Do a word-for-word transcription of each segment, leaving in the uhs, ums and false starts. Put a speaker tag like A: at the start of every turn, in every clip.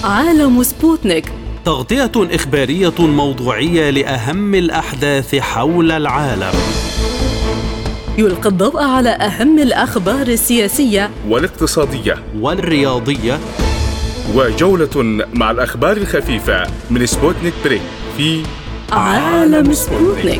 A: عالم سبوتنيك،
B: تغطية إخبارية موضوعية لأهم الأحداث حول العالم.
A: يلقي الضوء على أهم الأخبار السياسية
C: والاقتصادية
B: والرياضية،
C: وجولة مع الأخبار الخفيفة من سبوتنيك بريك في
A: عالم سبوتنيك.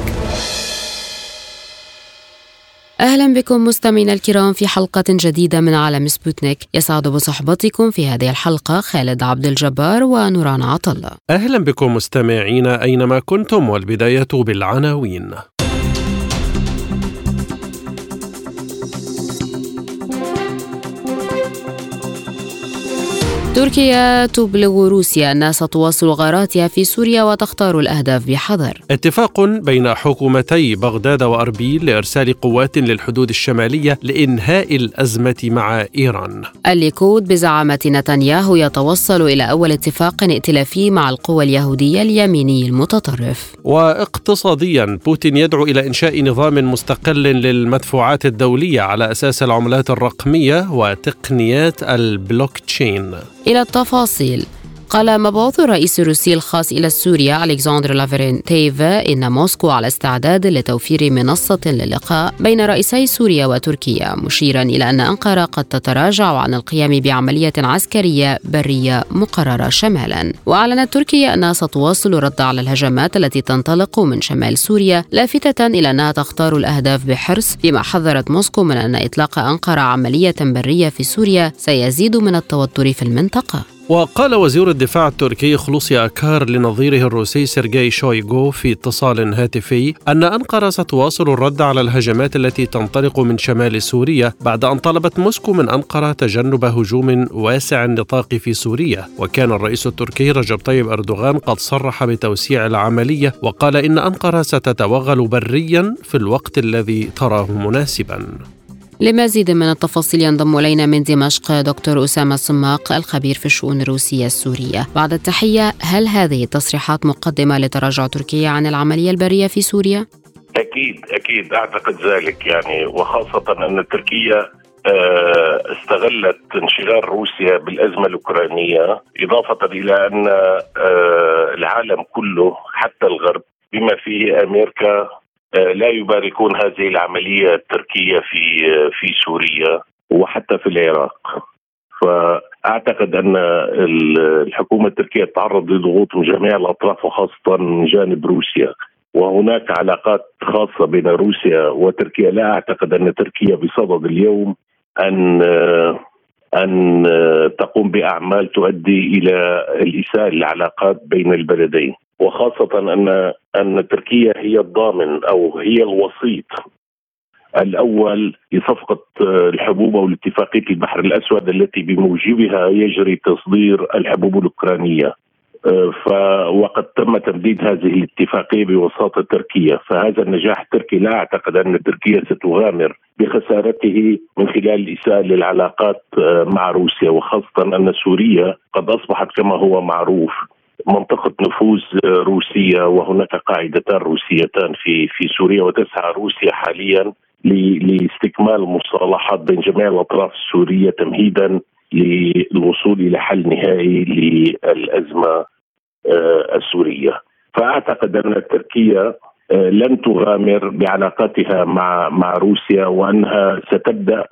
D: أهلا بكم مستمعينا الكرام في حلقة جديدة من عالم سبوتنيك. يسعد بصحبتكم في هذه الحلقة خالد عبد الجبار ونوران عطلة.
B: أهلا بكم مستمعينا أينما كنتم، والبداية بالعناوين.
D: تركيا تبلغ روسيا أنها ستواصل غاراتها في سوريا وتختار الأهداف بحذر.
B: اتفاق بين حكومتي بغداد وأربيل لإرسال قوات للحدود الشمالية لإنهاء الأزمة مع إيران.
D: الليكود بزعامة نتنياهو يتوصل إلى أول اتفاق ائتلافي مع القوى اليهودية اليميني المتطرف.
B: واقتصاديا، بوتين يدعو إلى إنشاء نظام مستقل للمدفوعات الدولية على أساس العملات الرقمية وتقنيات البلوكتشين.
D: إلى التفاصيل. قال مبعوث الرئيس الروسي الخاص إلى سوريا ألكسندر لافرنتييف إن موسكو على استعداد لتوفير منصة للقاء بين رئيسي سوريا وتركيا، مشيرا إلى أن أنقرة قد تتراجع عن القيام بعملية عسكرية برية مقررة شمالا. وأعلنت تركيا أنها ستواصل الرد على الهجمات التي تنطلق من شمال سوريا، لافتة إلى أنها تختار الأهداف بحرص، فيما حذرت موسكو من أن إطلاق أنقرة عملية برية في سوريا سيزيد من التوتر في المنطقة.
B: وقال وزير الدفاع التركي خلوصي أكار لنظيره الروسي سيرجي شويغو في اتصال هاتفي أن أنقرة ستواصل الرد على الهجمات التي تنطلق من شمال سوريا، بعد أن طلبت موسكو من أنقرة تجنب هجوم واسع النطاق في سوريا. وكان الرئيس التركي رجب طيب أردوغان قد صرح بتوسيع العملية، وقال إن أنقرة ستتوغل بريا في الوقت الذي تراه مناسبا.
D: لمزيد من التفاصيل ينضم إلينا من دمشق دكتور أسامة صماق الخبير في الشؤون الروسية السورية. بعد التحية، هل هذه التصريحات مقدمة لتراجع تركيا عن العملية البرية في سوريا؟
E: أكيد أكيد أعتقد ذلك، يعني وخاصة أن تركيا استغلت انشغال روسيا بالأزمة الأوكرانية، إضافة إلى أن العالم كله حتى الغرب بما فيه أمريكا لا يباركون هذه العملية التركية في في سوريا وحتى في العراق. فأعتقد أن الحكومة التركية تعرض لضغوط من جميع الأطراف وخاصة من جانب روسيا، وهناك علاقات خاصة بين روسيا وتركيا. لا أعتقد أن تركيا بصدد اليوم أن أن تقوم بأعمال تؤدي إلى الإساءة العلاقات بين البلدين، وخاصة أن أن تركيا هي الضامن أو هي الوسيط الأول لصفقة الحبوب أو لاتفاقية البحر الأسود التي بموجبها يجري تصدير الحبوب الأوكرانية. وقد تم تمديد هذه الاتفاقية بوساطة تركيا، فهذا النجاح التركي لا أعتقد أن تركيا ستغامر بخسارته من خلال الإساءة للعلاقات مع روسيا، وخاصة أن سوريا قد أصبحت كما هو معروف منطقة نفوذ روسية، وهناك قاعدتان روسيتان في في سوريا، وتسعى روسيا حاليا لاستكمال المصالحات بين جميع الأطراف السورية تمهيدا للوصول إلى حل نهائي للأزمة السورية. فأعتقد أن تركيا لن تغامر بعلاقاتها مع مع روسيا، وأنها ستبدأ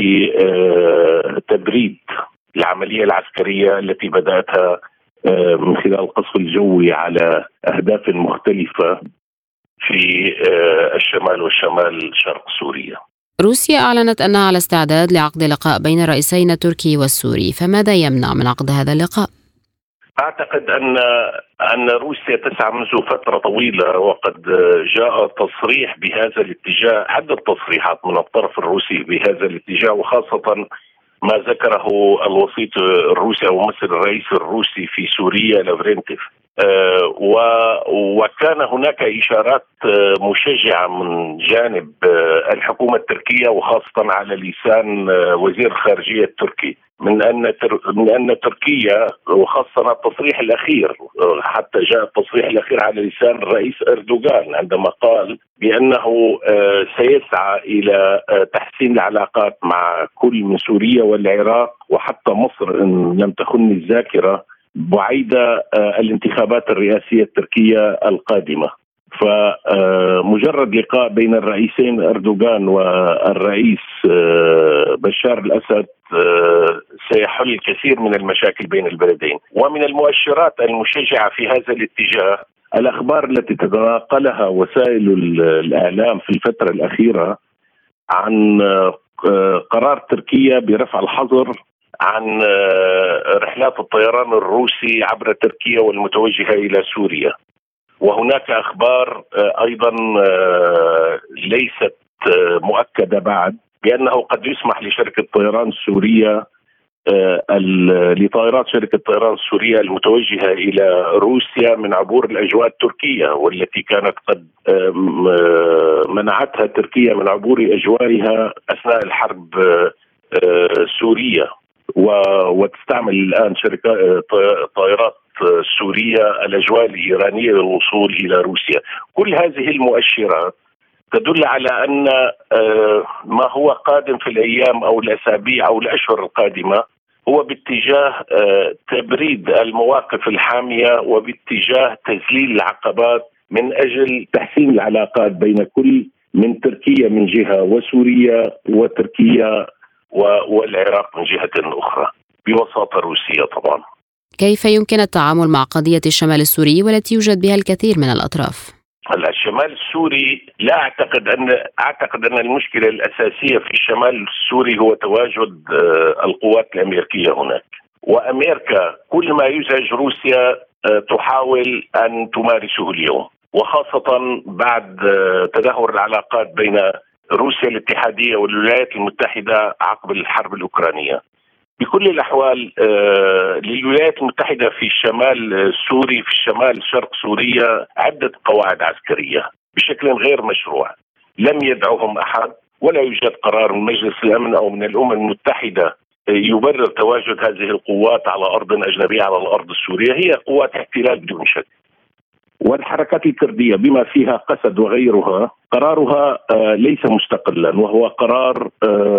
E: بتبريد العملية العسكرية التي بدأتها من خلال القصف الجوي على أهداف مختلفة في الشمال والشمال شرق سوريا.
D: روسيا أعلنت أنها على استعداد لعقد لقاء بين الرئيسين التركي والسوري، فماذا يمنع من عقد هذا اللقاء؟
E: أعتقد أن أن روسيا تسعى منذ فترة طويلة، وقد جاء تصريح بهذا الاتجاه، عدة تصريحات من الطرف الروسي بهذا الاتجاه، وخاصة ما ذكره الوسيط الروسي أو ممثل الرئيس الروسي في سوريا لافرنتيف. أه وكان هناك إشارات مشجعة من جانب الحكومة التركية، وخاصة على لسان وزير الخارجية التركي، من أن من أن تركيا، وخاصة التصريح الأخير، حتى جاء التصريح الأخير على لسان الرئيس أردوغان عندما قال بأنه سيسعى إلى تحسين العلاقات مع كل من سوريا والعراق وحتى مصر إن لم تخن الذاكرة، بعيد الانتخابات الرئاسية التركية القادمة. فمجرد لقاء بين الرئيسين أردوغان والرئيس بشار الأسد سيحل الكثير من المشاكل بين البلدين. ومن المؤشرات المشجعة في هذا الاتجاه الأخبار التي تتناقلها وسائل الإعلام في الفترة الأخيرة عن قرار تركيا برفع الحظر عن رحلات الطيران الروسي عبر تركيا والمتوجهة إلى سوريا. وهناك أخبار أيضا ليست مؤكدة بعد بأنه قد يسمح لشركة طيران سوريا لطائرات شركة طيران السورية المتوجهة إلى روسيا من عبور الأجواء التركية، والتي كانت قد منعتها تركيا من عبور أجوائها أثناء الحرب سوريا، وتستعمل الآن شركة طائرات سوريا الأجواء الإيرانية للوصول إلى روسيا. كل هذه المؤشرات تدل على أن ما هو قادم في الأيام أو الأسابيع أو الأشهر القادمة هو باتجاه تبريد المواقف الحامية وباتجاه تذليل العقبات من أجل تحسين العلاقات بين كل من تركيا من جهة وسوريا وتركيا والعراق من جهة أخرى، بوساطة روسيا طبعا.
D: كيف يمكن التعامل مع قضية الشمال السوري والتي يوجد بها الكثير من الأطراف؟
E: هلا الشمال السوري لا أعتقد أن أعتقد أن المشكلة الأساسية في الشمال السوري هو تواجد القوات الأمريكية هناك، وأمريكا كل ما يزعج روسيا تحاول أن تمارسه اليوم، وخاصة بعد تدهور العلاقات بين روسيا الاتحادية والولايات المتحدة عقب الحرب الأوكرانية. بكل الأحوال للولايات المتحدة في الشمال السوري في الشمال شرق سوريا عدة قواعد عسكرية بشكل غير مشروع، لم يدعوهم أحد، ولا يوجد قرار من مجلس الأمن أو من الأمم المتحدة يبرر تواجد هذه القوات على أرض أجنبية على الأرض السورية. هي قوات احتلال بدون شك. والحركات الكردية بما فيها قسد وغيرها قرارها ليس مستقلا، وهو قرار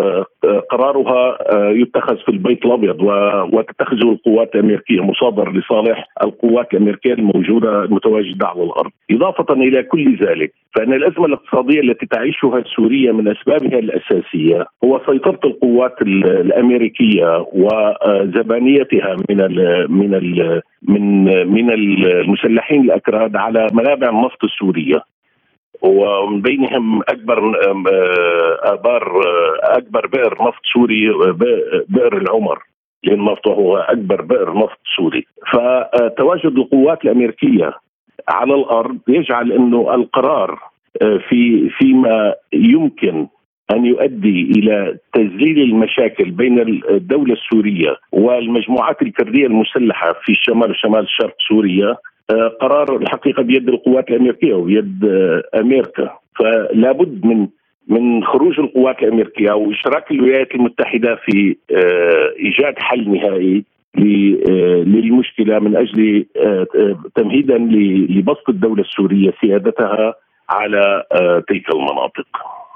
E: قرارها يتخذ في البيت الأبيض وتتخذه القوات الأمريكية مصادر لصالح القوات الأمريكية الموجودة المتواجدة على الأرض. إضافة إلى كل ذلك فإن الأزمة الاقتصادية التي تعيشها سوريا من أسبابها الأساسية هو سيطرة القوات الأمريكية وزبانيتها من ال من ال من من المسلحين الأكراد على منابع النفط السورية، ومن بينهم أكبر آبار أكبر بئر نفط سوري بئر العمر للنفط، وهو أكبر بئر نفط سوري. فتواجد القوات الأمريكية على الأرض يجعل أنه القرار في فيما يمكن أن يؤدي إلى تذليل المشاكل بين الدولة السورية والمجموعات الكردية المسلحة في الشمال وشمال الشرق سوريا قرار الحقيقة بيد القوات الأمريكية وبيد أمريكا. فلا بد من من خروج القوات الأمريكية وإشراك الولايات المتحدة في إيجاد حل نهائي للمشكلة من أجل تمهيدا لبسط الدولة السورية سيادتها على تلك المناطق.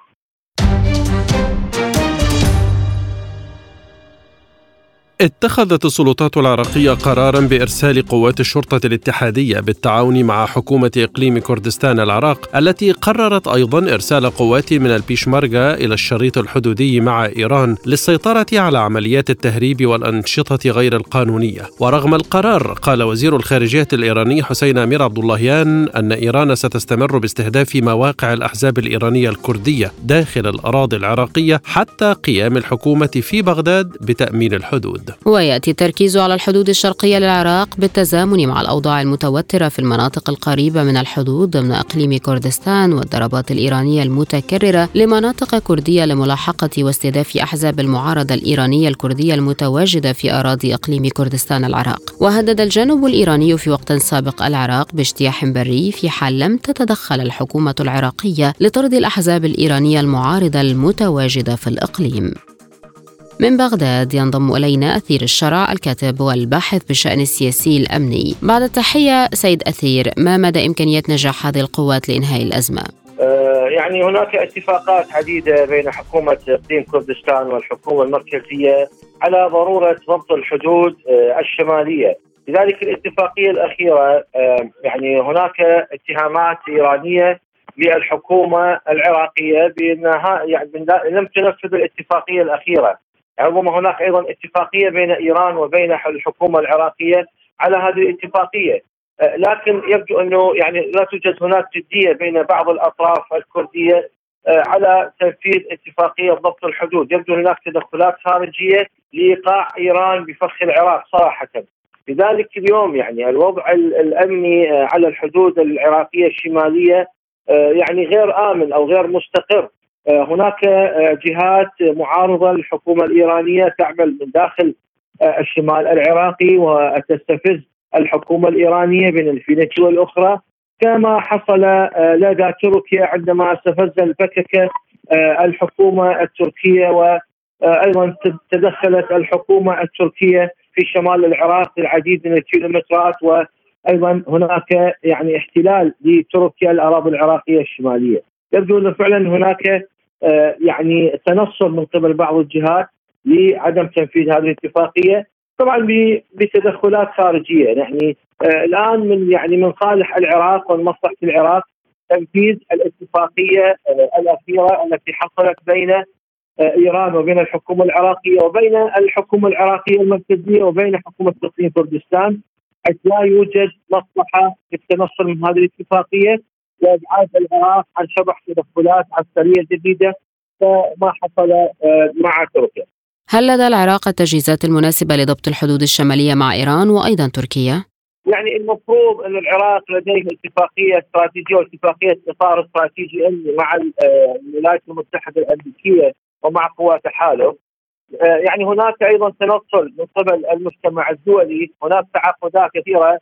B: اتخذت السلطات العراقية قرارا بإرسال قوات الشرطة الاتحادية بالتعاون مع حكومة إقليم كردستان العراق، التي قررت أيضا إرسال قوات من البيشمركة إلى الشريط الحدودي مع إيران للسيطرة على عمليات التهريب والأنشطة غير القانونية. ورغم القرار قال وزير الخارجية الإيراني حسين أمير عبداللهيان أن إيران ستستمر باستهداف مواقع الأحزاب الإيرانية الكردية داخل الأراضي العراقية حتى قيام الحكومة في بغداد بتأمين الحدود.
D: ويأتي التركيز على الحدود الشرقية للعراق بالتزامن مع الأوضاع المتوترة في المناطق القريبة من الحدود ضمن إقليم كردستان والضربات الإيرانية المتكررة لمناطق كردية لملاحقة واستهداف أحزاب المعارضة الإيرانية الكردية المتواجدة في أراضي إقليم كردستان العراق. وهدد الجانب الإيراني في وقت سابق العراق باجتياح بري في حال لم تتدخل الحكومة العراقية لطرد الأحزاب الإيرانية المعارضة المتواجدة في الإقليم. من بغداد ينضم إلينا أثير الشرع الكاتب والباحث بالشأن السياسي الأمني. بعد التحية سيد أثير، ما مدى إمكانية نجاح هذه القوات لإنهاء الأزمة؟
F: يعني هناك اتفاقات عديدة بين حكومة إقليم كردستان والحكومة المركزية على ضرورة ضبط الحدود الشمالية لذلك الاتفاقية الأخيرة يعني هناك اتهامات إيرانية للحكومة العراقية بأنها يعني لم تنفذ الاتفاقية الأخيرة. ربما هناك أيضا اتفاقية بين إيران وبين الحكومة العراقية على هذه الاتفاقية، لكن يبدو أنه يعني لا توجد هناك جدية بين بعض الأطراف الكردية على تنفيذ اتفاقية ضبط الحدود. يبدو هناك تدخلات خارجية لإيقاع إيران بفخ العراق صراحة. لذلك اليوم يعني الوضع الأمني على الحدود العراقية الشمالية يعني غير آمن أو غير مستقر. هناك جهات معارضة للحكومة الإيرانية تعمل من داخل الشمال العراقي وتستفز الحكومة الإيرانية بين الفينة والأخرى، كما حصل لدى تركيا عندما استفز البككة الحكومة التركية، وأيضا تدخلت الحكومة التركية في شمال العراق العديد من الكيلومترات، وأيضا هناك يعني احتلال لتركيا الأراضي العراقية الشمالية. يبدو أن فعلا هناك يعني تنصل من قبل بعض الجهات لعدم تنفيذ هذه الاتفاقية، طبعا بتدخلات خارجية. يعني الآن من يعني من صالح العراق ومصلحة العراق تنفيذ الاتفاقية الأخيرة التي حصلت بين إيران وبين الحكومة العراقية وبين الحكومة العراقية المركزية وبين حكومة تقسيم كردستان، حيث لا يوجد مصلحة في التنصل من هذه الاتفاقية وإبعاد العراق عن شبح تدخلات عسكرية جديدة كما حصل مع تركيا.
D: هل لدى العراق التجهيزات المناسبة لضبط الحدود الشمالية مع إيران وأيضا تركيا؟
F: يعني المفروض أن العراق لديه اتفاقية استراتيجية واتفاقية إطار استراتيجي أمني مع الولايات المتحدة الأمريكية ومع قوات تحالف. يعني هناك أيضا تنصل من قبل المجتمع الدولي، هناك تعاقدات كثيرة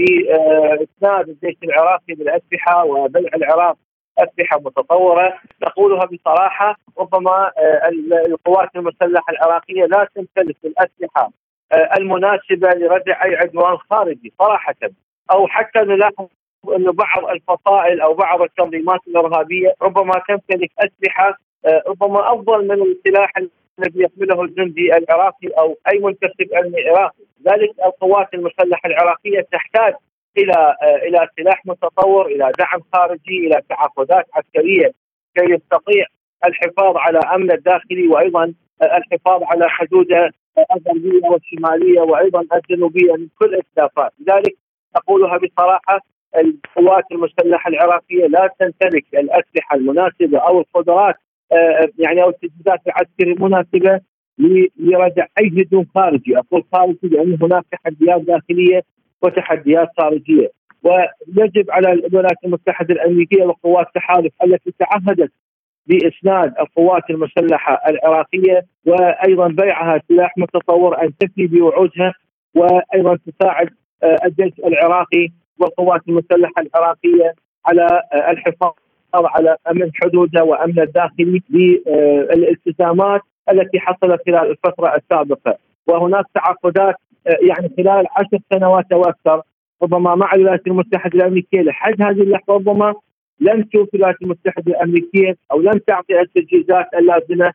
F: لإسناد الجيش العراقي بالأسلحة وبيع العراق أسلحة متطورة. نقولها بصراحة، ربما القوات المسلحة العراقية لا تمتلك الأسلحة المناسبة لردع أي عدوان خارجي صراحة، أو حتى نلاحظ أن بعض الفصائل أو بعض التنظيمات الإرهابية ربما تمتلك أسلحة ربما أفضل من السلاح الذي يحمله الجندي العراقي أو أي منتسب أمني عراقي. ذلك القوات المسلحة العراقية تحتاج إلى إلى سلاح متطور، إلى دعم خارجي، إلى تعاقدات عسكرية كي يستطيع الحفاظ على أمن الداخلي وأيضا الحفاظ على حدوده الغربية والشمالية وأيضا الجنوبية من كل الإهدافات. لذلك أقولها بصراحة، القوات المسلحة العراقية لا تمتلك الأسلحة المناسبة أو القدرات يعني أو التجهيزات العسكرية المناسبة لردع أي هجوم خارجي. أقول خارجي لأن هناك تحديات داخلية وتحديات خارجية، ويجب على الولايات المتحدة الأمريكية وقوات التحالف التي تعهدت بإسناد القوات المسلحة العراقية وأيضا بيعها سلاح متطور أن تفي بوعودها، وأيضا تساعد الجيش العراقي والقوات المسلحة العراقية على الحفاظ على أمن حدودها وأمن الداخلي بالالتزامات التي حصلت خلال الفترة السابقة. وهناك تعاقدات يعني خلال عشر سنوات أو أكثر ربما مع الولايات المتحدة الأمريكية. لحد هذه اللحظة ربما لم تشوف الولايات المتحدة الأمريكية أو لم تعطي التجهيزات اللازمة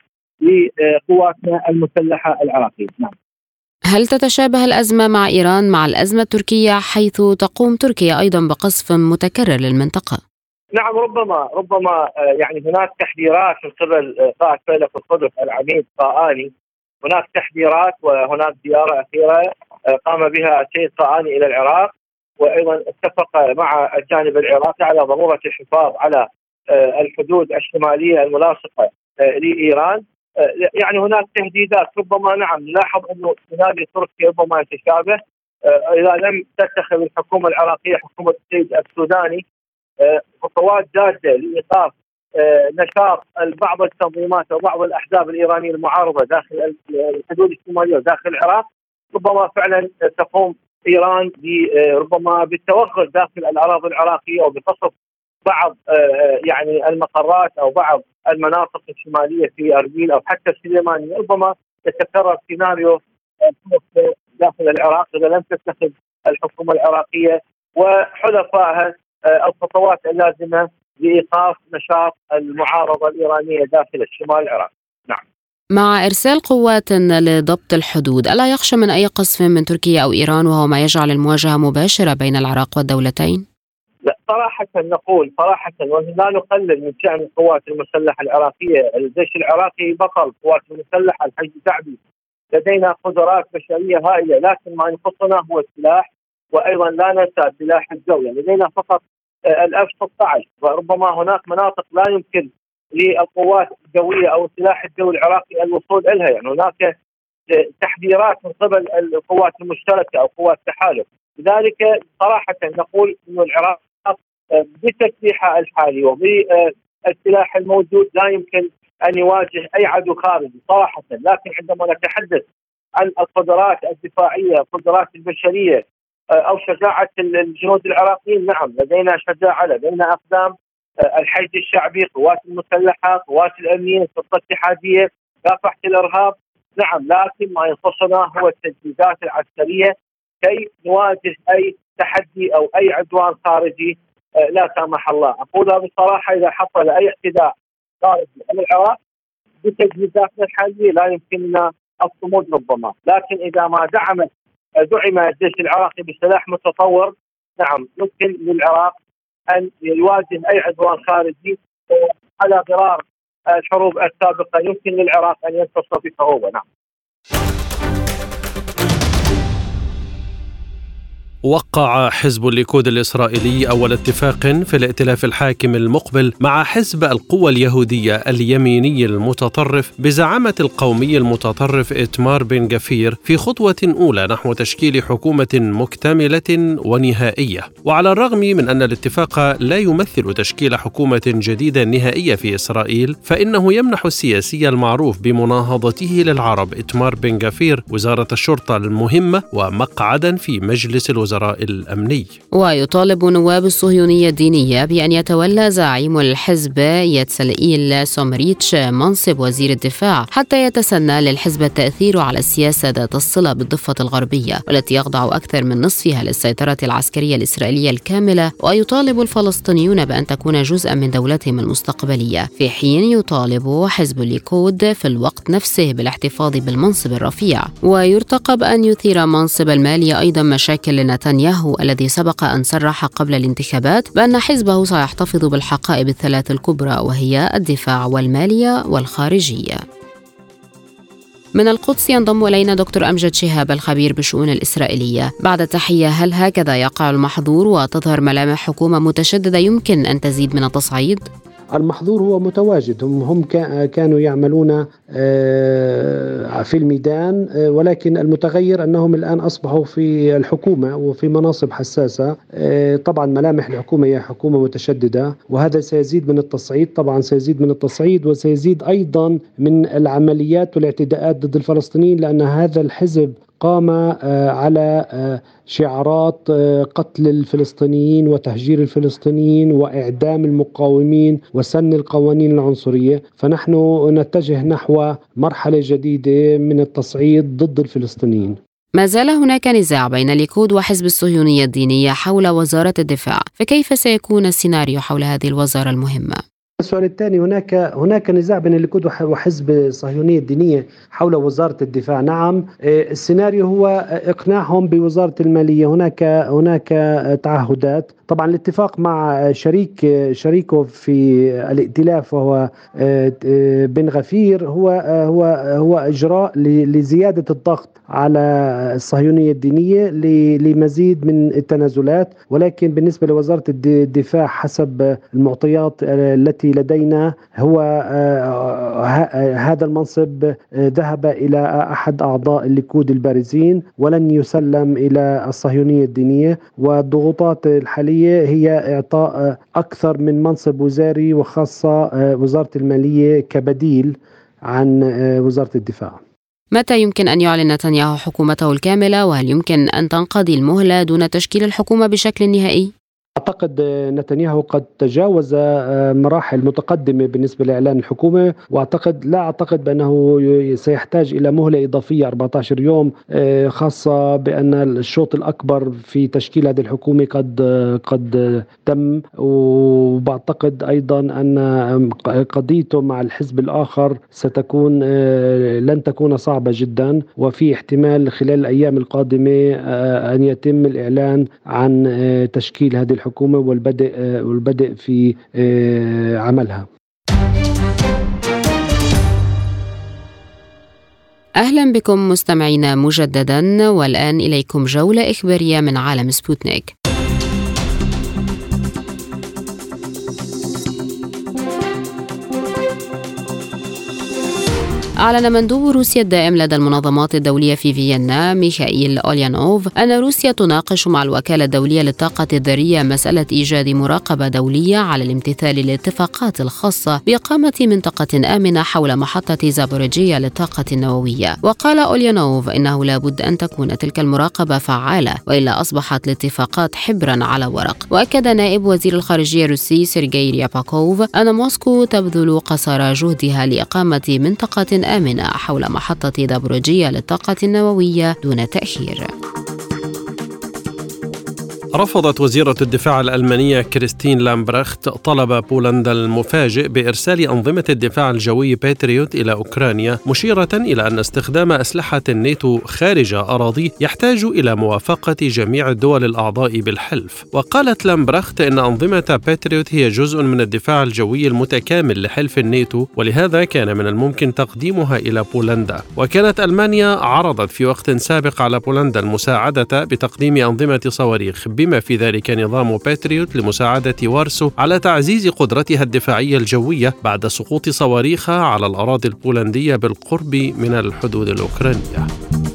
F: لقواتنا المسلحة العراقية. نعم.
D: هل تتشابه الأزمة مع إيران مع الأزمة التركية، حيث تقوم تركيا أيضا بقصف متكرر للمنطقة؟
F: نعم، ربما ربما يعني هناك تحذيرات من قبل قائد فيلق القدس العميد طائاني. هناك تحذيرات وهناك زيارة أخيرة قام بها السيد طائاني إلى العراق، وأيضا اتفق مع الجانب العراقي على ضرورة الحفاظ على الحدود الشمالية الملاصقة لإيران. يعني هناك تهديدات. ربما نعم نلاحظ أنه سيناريو تركيا ربما يتشابه إذا لم تتخذ الحكومة العراقية حكومة السيد السوداني خطوات جادة لإيقاف نشاط بعض التنظيمات وبعض الأحزاب الإيرانية المعارضة داخل الحدود الشمالية وداخل العراق. ربما فعلا تقوم إيران ربما بالتوغل داخل الأراضي العراقية وبقصف بعض يعني المقرات أو بعض المناطق الشمالية في أربيل أو حتى السليمانية. ربما يتكرر سيناريو داخل العراق إذا لم تتخذ الحكومة العراقية وحلفائها الخطوات اللازمة لإيقاف نشاط المعارضة الإيرانية داخل الشمال العراقي. نعم.
D: مع إرسال قوات لضبط الحدود، ألا يخشى من أي قصف من تركيا أو إيران وهو ما يجعل المواجهة مباشرة بين العراق والدولتين؟
F: لا صراحة نقول صراحة ولا نقلل من شأن القوات المسلحة العراقية. الجيش العراقي بطل، القوات المسلحة الحشد الشعبي، لدينا قدرات بشرية هائلة، لكن ما ينقصنا هو السلاح، وأيضا لا ننسى سلاح الجو. لدينا فقط الأف ستة عشر، وربما هناك مناطق لا يمكن للقوات الجوية أو السلاح الجوي العراقي الوصول إليها. يعني هناك تحذيرات من قبل القوات المشتركة أو قوات التحالف. لذلك صراحة نقول أن العراق بتسليحه الحالي وبالسلاح الموجود لا يمكن أن يواجه أي عدو خارجي صراحة. لكن عندما نتحدث عن القدرات الدفاعية، القدرات البشرية أو شجاعة الجنود العراقيين، نعم لدينا شجاعة، لدينا أقدام، الحشد الشعبي، قوات المسلحة، قوات الأمنية، الشرطة الاتحادية، مكافحة الإرهاب، نعم. لكن ما ينقصنا هو التجهيزات العسكرية كي نواجه أي تحدي أو أي عدوان خارجي لا سامح الله. أقولها بصراحة، إذا حصل أي اعتداء خارجي على العراق بتجهيزاتنا الحالية لا يمكننا الصمود ربما، لكن إذا ما دعمت دعم الجيش العراقي بسلاح متطور، نعم يمكن للعراق أن يواجه أي عدوان خارجي على غرار الحروب السابقة. يمكن للعراق أن ينتصر في صعوبة. نعم.
B: وقع حزب الليكود الإسرائيلي أول اتفاق في الائتلاف الحاكم المقبل مع حزب القوى اليهودية اليميني المتطرف بزعامة القومي المتطرف إتمار بن غفير في خطوة أولى نحو تشكيل حكومة مكتملة ونهائية. وعلى الرغم من أن الاتفاق لا يمثل تشكيل حكومة جديدة نهائية في إسرائيل، فإنه يمنح السياسي المعروف بمناهضته للعرب إتمار بن غفير وزارة الشرطة المهمة ومقعدا في مجلس الوزراء الأمني.
D: ويطالب نواب الصهيونية الدينية بأن يتولى زعيم الحزب يتسلئيل سومريتش منصب وزير الدفاع حتى يتسنى للحزب التأثير على السياسة ذات الصلة بالضفة الغربية والتي يخضع أكثر من نصفها للسيطرة العسكرية الإسرائيلية الكاملة. ويطالب الفلسطينيون بأن تكون جزءا من دولتهم المستقبلية، في حين يطالب حزب الليكود في الوقت نفسه بالاحتفاظ بالمنصب الرفيع. ويرتقب أن يثير منصب المالية أيضا مشاكل نتنياهو الذي سبق أن صرح قبل الانتخابات بأن حزبه سيحتفظ بالحقائب الثلاث الكبرى، وهي الدفاع والمالية والخارجية. من القدس ينضم إلينا دكتور أمجد شهاب الخبير بالشؤون الإسرائيلية. بعد تحية، هل هكذا يقع المحظور وتظهر ملامح حكومة متشددة يمكن أن تزيد من التصعيد؟
G: المحظور هو متواجد، هم هم كانوا يعملون في الميدان، ولكن المتغير أنهم الآن أصبحوا في الحكومة وفي مناصب حساسة. طبعا ملامح الحكومة هي حكومة متشددة، وهذا سيزيد من التصعيد، طبعا سيزيد من التصعيد وسيزيد أيضا من العمليات والاعتداءات ضد الفلسطينيين، لأن هذا الحزب قام على شعارات قتل الفلسطينيين وتهجير الفلسطينيين وإعدام المقاومين وسن القوانين العنصرية. فنحن نتجه نحو مرحلة جديدة من التصعيد ضد الفلسطينيين.
D: ما زال هناك نزاع بين الليكود وحزب الصهيونية الدينية حول وزارة الدفاع، فكيف سيكون السيناريو حول هذه الوزارة المهمة؟
G: السؤال الثاني، هناك هناك نزاع بين الليكود وحزب الصهيونية الدينية حول وزارة الدفاع. نعم، السيناريو هو إقناعهم بوزارة المالية. هناك هناك تعهدات. طبعا الاتفاق مع شريك شريكه في الائتلاف وهو بن غفير هو هو هو إجراء لزيادة الضغط على الصهيونية الدينية لمزيد من التنازلات. ولكن بالنسبة لوزارة الدفاع حسب المعطيات التي لدينا، هو هذا المنصب ذهب إلى أحد أعضاء الليكود البارزين ولن يسلم إلى الصهيونية الدينية. والضغوطات الحالية هي إعطاء أكثر من منصب وزاري، وخاصة وزارة المالية كبديل عن وزارة الدفاع.
D: متى يمكن أن يعلن نتنياهو حكومته الكاملة، وهل يمكن أن تنقضي المهلة دون تشكيل الحكومة بشكل نهائي؟
G: أعتقد نتنياهو قد تجاوز مراحل متقدمة بالنسبة لإعلان الحكومة، وأعتقد لا أعتقد بأنه سيحتاج إلى مهلة إضافية أربعة عشر يوم، خاصة بأن الشوط الأكبر في تشكيل هذه الحكومة قد قد تم. وبعتقد أيضا أن قضيته مع الحزب الآخر ستكون لن تكون صعبة جدا، وفي احتمال خلال الأيام القادمة أن يتم الإعلان عن تشكيل هذه الحكومة الحكومة والبدء والبدء في عملها.
D: أهلا بكم مستمعينا مجددا، والآن إليكم جولة إخبارية من عالم سبوتنيك. أعلن مندوب روسيا الدائم لدى المنظمات الدولية في فيينا ميخائيل أوليانوف أن روسيا تناقش مع الوكالة الدولية للطاقة الذرية مسألة إيجاد مراقبة دولية على الامتثال للاتفاقات الخاصة بإقامة منطقة آمنة حول محطة زابوريجيا للطاقة النووية. وقال أوليانوف إنه لا بد أن تكون تلك المراقبة فعالة، وإلا أصبحت الاتفاقات حبرا على ورق. وأكد نائب وزير الخارجية الروسي سيرجي رياباكوف أن موسكو تبذل قصارى جهدها لإقامة منطقة آمنة حول محطة زابوريجيا للطاقة النووية دون تأخير.
B: رفضت وزيرة الدفاع الألمانية كريستين لامبرخت طلب بولندا المفاجئ بإرسال أنظمة الدفاع الجوي باتريوت إلى أوكرانيا، مشيرة إلى أن استخدام أسلحة الناتو خارج أراضيه يحتاج إلى موافقة جميع الدول الأعضاء بالحلف. وقالت لامبرخت إن أنظمة باتريوت هي جزء من الدفاع الجوي المتكامل لحلف الناتو، ولهذا كان من الممكن تقديمها إلى بولندا. وكانت ألمانيا عرضت في وقت سابق على بولندا المساعدة بتقديم أنظمة صواريخ بما في ذلك نظام باتريوت لمساعدة وارسو على تعزيز قدرتها الدفاعية الجوية بعد سقوط صواريخها على الأراضي البولندية بالقرب من الحدود الأوكرانية.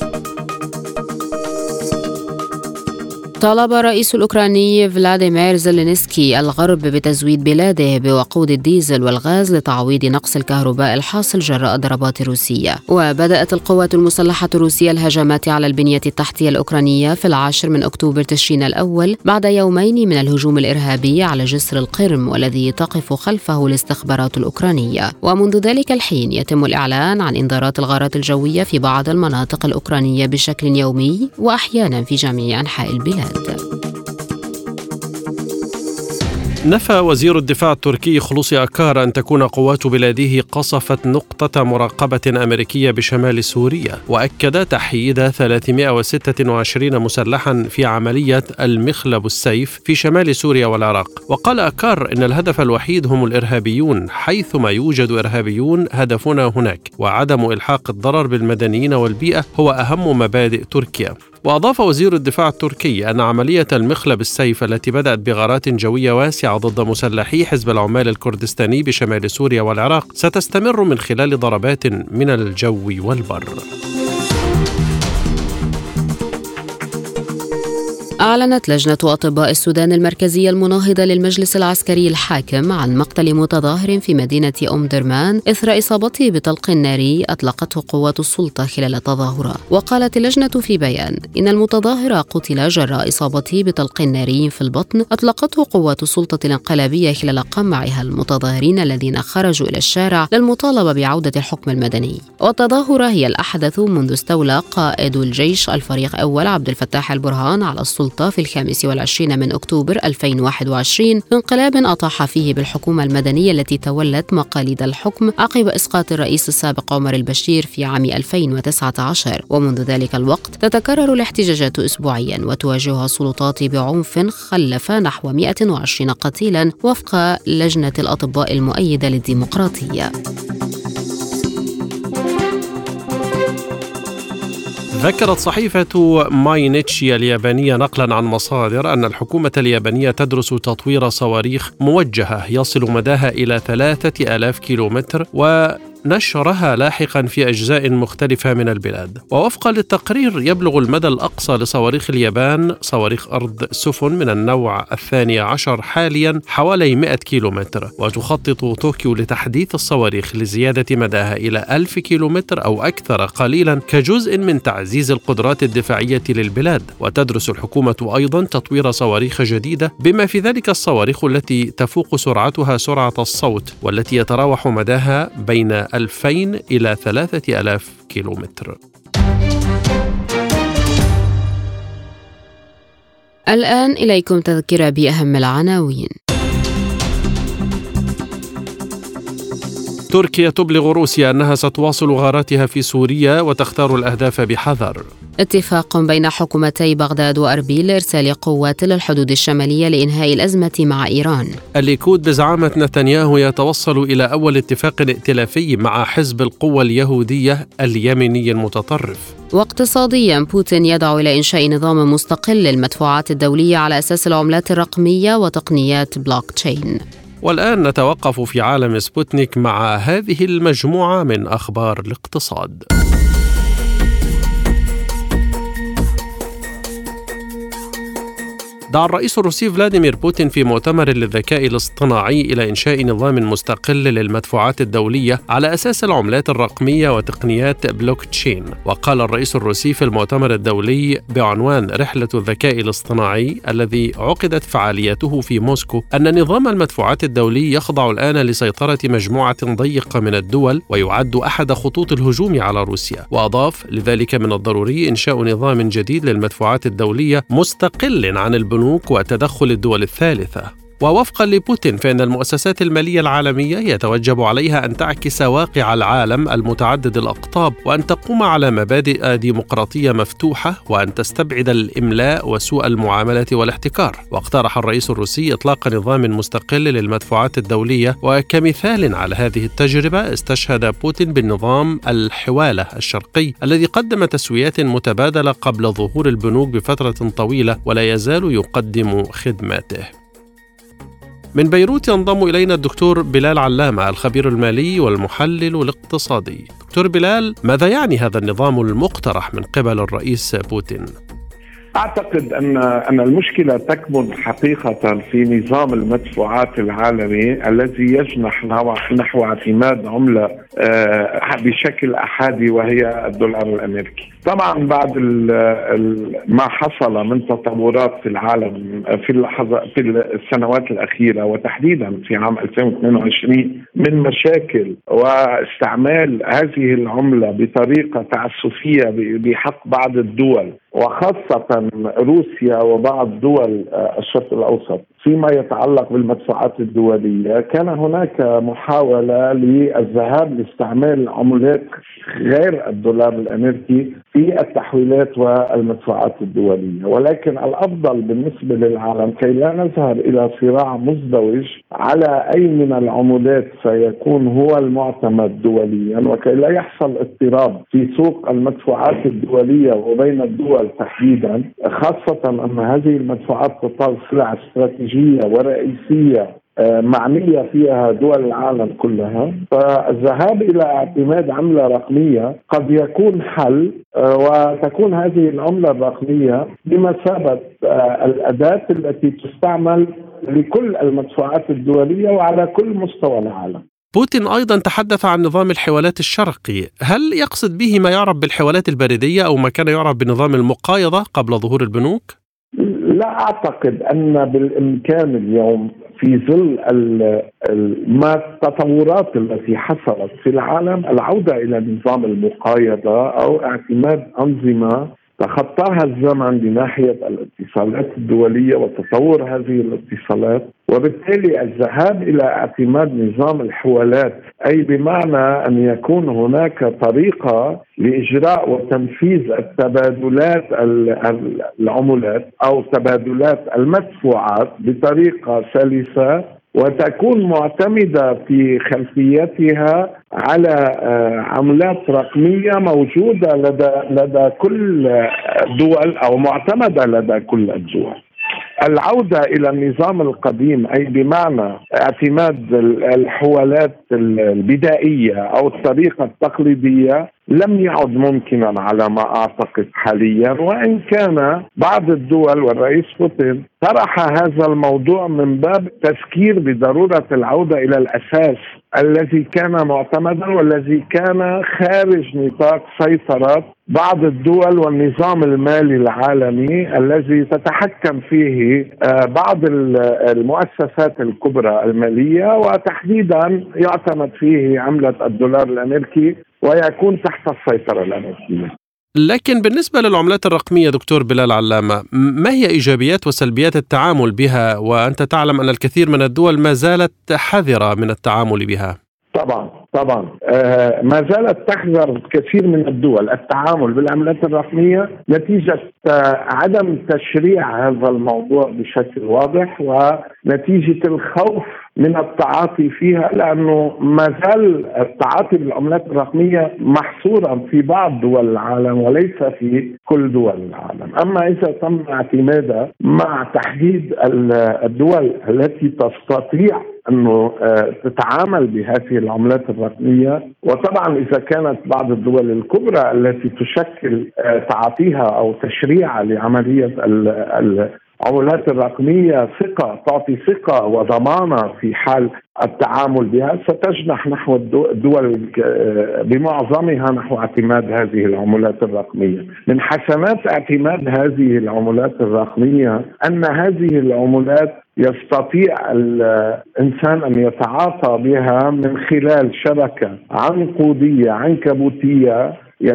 D: طالب الرئيس الأوكراني فلاديمير زيلينسكي الغرب بتزويد بلاده بوقود الديزل والغاز لتعويض نقص الكهرباء الحاصل جراء الضربات الروسية. وبدأت القوات المسلحة الروسية الهجمات على البنية التحتية الأوكرانية في العاشر من أكتوبر تشرين الأول بعد يومين من الهجوم الإرهابي على جسر القرم، والذي تقف خلفه الاستخبارات الأوكرانية. ومنذ ذلك الحين يتم الإعلان عن إنذارات الغارات الجوية في بعض المناطق الأوكرانية بشكل يومي وأحيانا في جميع أنحاء البلاد.
B: نفى وزير الدفاع التركي خلوصي أكار أن تكون قوات بلاده قصفت نقطة مراقبة أمريكية بشمال سوريا، وأكد تحييد ثلاثمائة وستة وعشرين مسلحا في عملية المخلب السيف في شمال سوريا والعراق. وقال أكار إن الهدف الوحيد هم الإرهابيون، حيثما يوجد إرهابيون هدفنا هناك، وعدم إلحاق الضرر بالمدنيين والبيئة هو أهم مبادئ تركيا. وأضاف وزير الدفاع التركي أن عملية المخلب السيف التي بدأت بغارات جوية واسعة ضد مسلحي حزب العمال الكردستاني بشمال سوريا والعراق ستستمر من خلال ضربات من الجو والبر.
D: أعلنت لجنة أطباء السودان المركزية المناهضة للمجلس العسكري الحاكم عن مقتل متظاهر في مدينة أم درمان إثر إصابته بطلق ناري أطلقته قوات السلطة خلال التظاهرة. وقالت اللجنة في بيان إن المتظاهر قتل جراء إصابته بطلق ناري في البطن أطلقته قوات السلطة الانقلابية خلال قمعها المتظاهرين الذين خرجوا إلى الشارع للمطالبة بعودة الحكم المدني. والتظاهرة هي الأحدث منذ استولى قائد الجيش الفريق أول عبد الفتاح البرهان على السلطة في الخامس والعشرين من أكتوبر ألفين وواحد وعشرين، انقلاب أطاح فيه بالحكومة المدنية التي تولت مقاليد الحكم عقب إسقاط الرئيس السابق عمر البشير في عام ألفين وتسعة عشر. ومنذ ذلك الوقت تتكرر الاحتجاجات أسبوعيا وتواجهها السلطات بعنف خلف نحو مئة وعشرين قتيلا وفق لجنة الأطباء المؤيدة للديمقراطية.
B: ذكرت صحيفة ماينيتشي اليابانية نقلا عن مصادر أن الحكومة اليابانية تدرس تطوير صواريخ موجهة يصل مداها إلى ثلاثة آلاف كيلومتر و نشرها لاحقا في أجزاء مختلفة من البلاد. ووفقا للتقرير يبلغ المدى الأقصى لصواريخ اليابان، صواريخ أرض سفن من النوع الثاني عشر حاليا، حوالي مئة كيلومتر، وتخطط طوكيو لتحديث الصواريخ لزيادة مداها إلى ألف كيلومتر أو أكثر قليلا كجزء من تعزيز القدرات الدفاعية للبلاد. وتدرس الحكومة أيضا تطوير صواريخ جديدة بما في ذلك الصواريخ التي تفوق سرعتها سرعة الصوت، والتي يتراوح مداها بين ألفين إلى ثلاثة آلاف كيلومتر.
D: الآن إليكم تذكرة بأهم العناوين.
B: تركيا تبلغ روسيا أنها ستواصل غاراتها في سوريا وتختار الأهداف بحذر.
D: اتفاق بين حكومتي بغداد وأربيل لإرسال قوات للحدود الشمالية لإنهاء الأزمة مع إيران.
B: الليكود بزعامة نتنياهو يتوصل إلى أول اتفاق ائتلافي مع حزب القوى اليهودية اليميني المتطرف.
D: واقتصاديا، بوتين يدعو إلى إنشاء نظام مستقل للمدفوعات الدولية على أساس العملات الرقمية وتقنيات بلوك تشين.
B: والآن نتوقف في عالم سبوتنيك مع هذه المجموعة من أخبار الاقتصاد. دعا الرئيس الروسي فلاديمير بوتين في مؤتمر للذكاء الاصطناعي إلى إنشاء نظام مستقل للمدفوعات الدولية على أساس العملات الرقمية وتقنيات بلوك تشين. وقال الرئيس الروسي في المؤتمر الدولي بعنوان رحلة الذكاء الاصطناعي الذي عقدت فعاليته في موسكو أن نظام المدفوعات الدولي يخضع الآن لسيطرة مجموعة ضيقة من الدول ويعد أحد خطوط الهجوم على روسيا. وأضاف: لذلك من الضروري إنشاء نظام جديد للمدفوعات الدولية مستقل عن البنوك وتدخل الدول الثالثة. ووفقا لبوتين فإن المؤسسات المالية العالمية يتوجب عليها أن تعكس واقع العالم المتعدد الأقطاب، وأن تقوم على مبادئ ديمقراطية مفتوحة، وأن تستبعد الإملاء وسوء المعاملة والاحتكار. واقترح الرئيس الروسي إطلاق نظام مستقل للمدفوعات الدولية، وكمثال على هذه التجربة استشهد بوتين بالنظام الحوالة الشرقي الذي قدم تسويات متبادلة قبل ظهور البنوك بفترة طويلة ولا يزال يقدم خدماته. من بيروت ينضم إلينا الدكتور بلال علامة، الخبير المالي والمحلل الاقتصادي. دكتور بلال، ماذا يعني هذا النظام المقترح من قبل الرئيس بوتين؟
H: أعتقد أن أن المشكلة تكمن حقيقة في نظام المدفوعات العالمي الذي يجنح نحو اعتماد عملة بشكل أحادي وهي الدولار الأمريكي. طبعا بعد ما حصل من تطورات في العالم في اللحظة في السنوات الأخيرة وتحديدا في عام ألفين واثنين وعشرين من مشاكل واستعمال هذه العملة بطريقة تعسفية بحق بعض الدول وخاصة روسيا وبعض دول الشرق الأوسط فيما يتعلق بالمدفوعات الدولية، كان هناك محاولة للذهاب لاستعمال عملات غير الدولار الأمريكي في التحويلات والمدفوعات الدولية. ولكن الأفضل بالنسبة للعالم كي لا نذهب إلى صراع مزدوج على أي من العملات سيكون هو المعتمد دوليا، وكي لا يحصل اضطراب في سوق المدفوعات الدولية وبين الدول تحديدا، خاصة أن هذه المدفوعات تطال سلع استراتيجية ورئيسية معنية فيها دول العالم كلها. فالذهاب إلى اعتماد عملة رقمية قد يكون حل، وتكون هذه العملة الرقمية بمثابة الأداة التي تستعمل لكل المدفوعات الدولية وعلى كل مستوى العالم.
B: بوتين أيضا تحدث عن نظام الحوالات الشرقي. هل يقصد به ما يعرف بالحوالات البريدية أو ما كان يعرف بنظام المقايضة قبل ظهور البنوك؟
H: لا أعتقد أن بالإمكان اليوم في ظل ما التطورات التي حصلت في العالم العودة إلى نظام المقايضة أو اعتماد أنظمة تخطاها الزمن بناحية الاتصالات الدولية وتطور هذه الاتصالات، وبالتالي الذهاب إلى اعتماد نظام الحوالات، أي بمعنى أن يكون هناك طريقة لإجراء وتنفيذ التبادلات العملات أو تبادلات المدفوعات بطريقة سلسة وتكون معتمدة في خلفيتها على عملات رقمية موجودة لدى لدى كل الدول أو معتمدة لدى كل الدول. العودة إلى النظام القديم، أي بمعنى اعتماد الحوالات البدائية أو الطريقة التقليدية، لم يعد ممكنا على ما أعتقد حاليا، وإن كان بعض الدول والرئيس بوتين طرح هذا الموضوع من باب التذكير بضرورة العودة إلى الأساس الذي كان معتمدا والذي كان خارج نطاق سيطرة بعض الدول والنظام المالي العالمي الذي تتحكم فيه بعض المؤسسات الكبرى المالية، وتحديدا يعتمد فيه عملة الدولار الأمريكي ويكون تحت السيطرة الأمريكية.
B: لكن بالنسبة للعملات الرقمية دكتور بلال علامة، ما هي إيجابيات وسلبيات التعامل بها؟ وأنت تعلم أن الكثير من الدول ما زالت حذرة من التعامل بها.
H: طبعا طبعا آه ما زالت تحذر كثير من الدول التعامل بالعملات الرقمية نتيجة آه عدم تشريع هذا الموضوع بشكل واضح، ونتيجة الخوف من التعاطي فيها، لأنه ما زال التعاطي بالعملات الرقمية محصورا في بعض دول العالم وليس في كل دول العالم. أما إذا تم اعتمادها مع تحديد الدول التي تستطيع أنه تتعامل بهذه العملات الرقمية، وطبعا إذا كانت بعض الدول الكبرى التي تشكل تعاطيها أو تشريعها لعملية العملات الرقمية ثقة، تعطي ثقة وضمانة في حال التعامل بها، ستجنح نحو الدول بمعظمها نحو اعتماد هذه العملات الرقمية. من حسنات اعتماد هذه العملات الرقمية أن هذه العملات يستطيع الإنسان أن يتعاطى بها من خلال شبكة عنقودية عنكبوتية،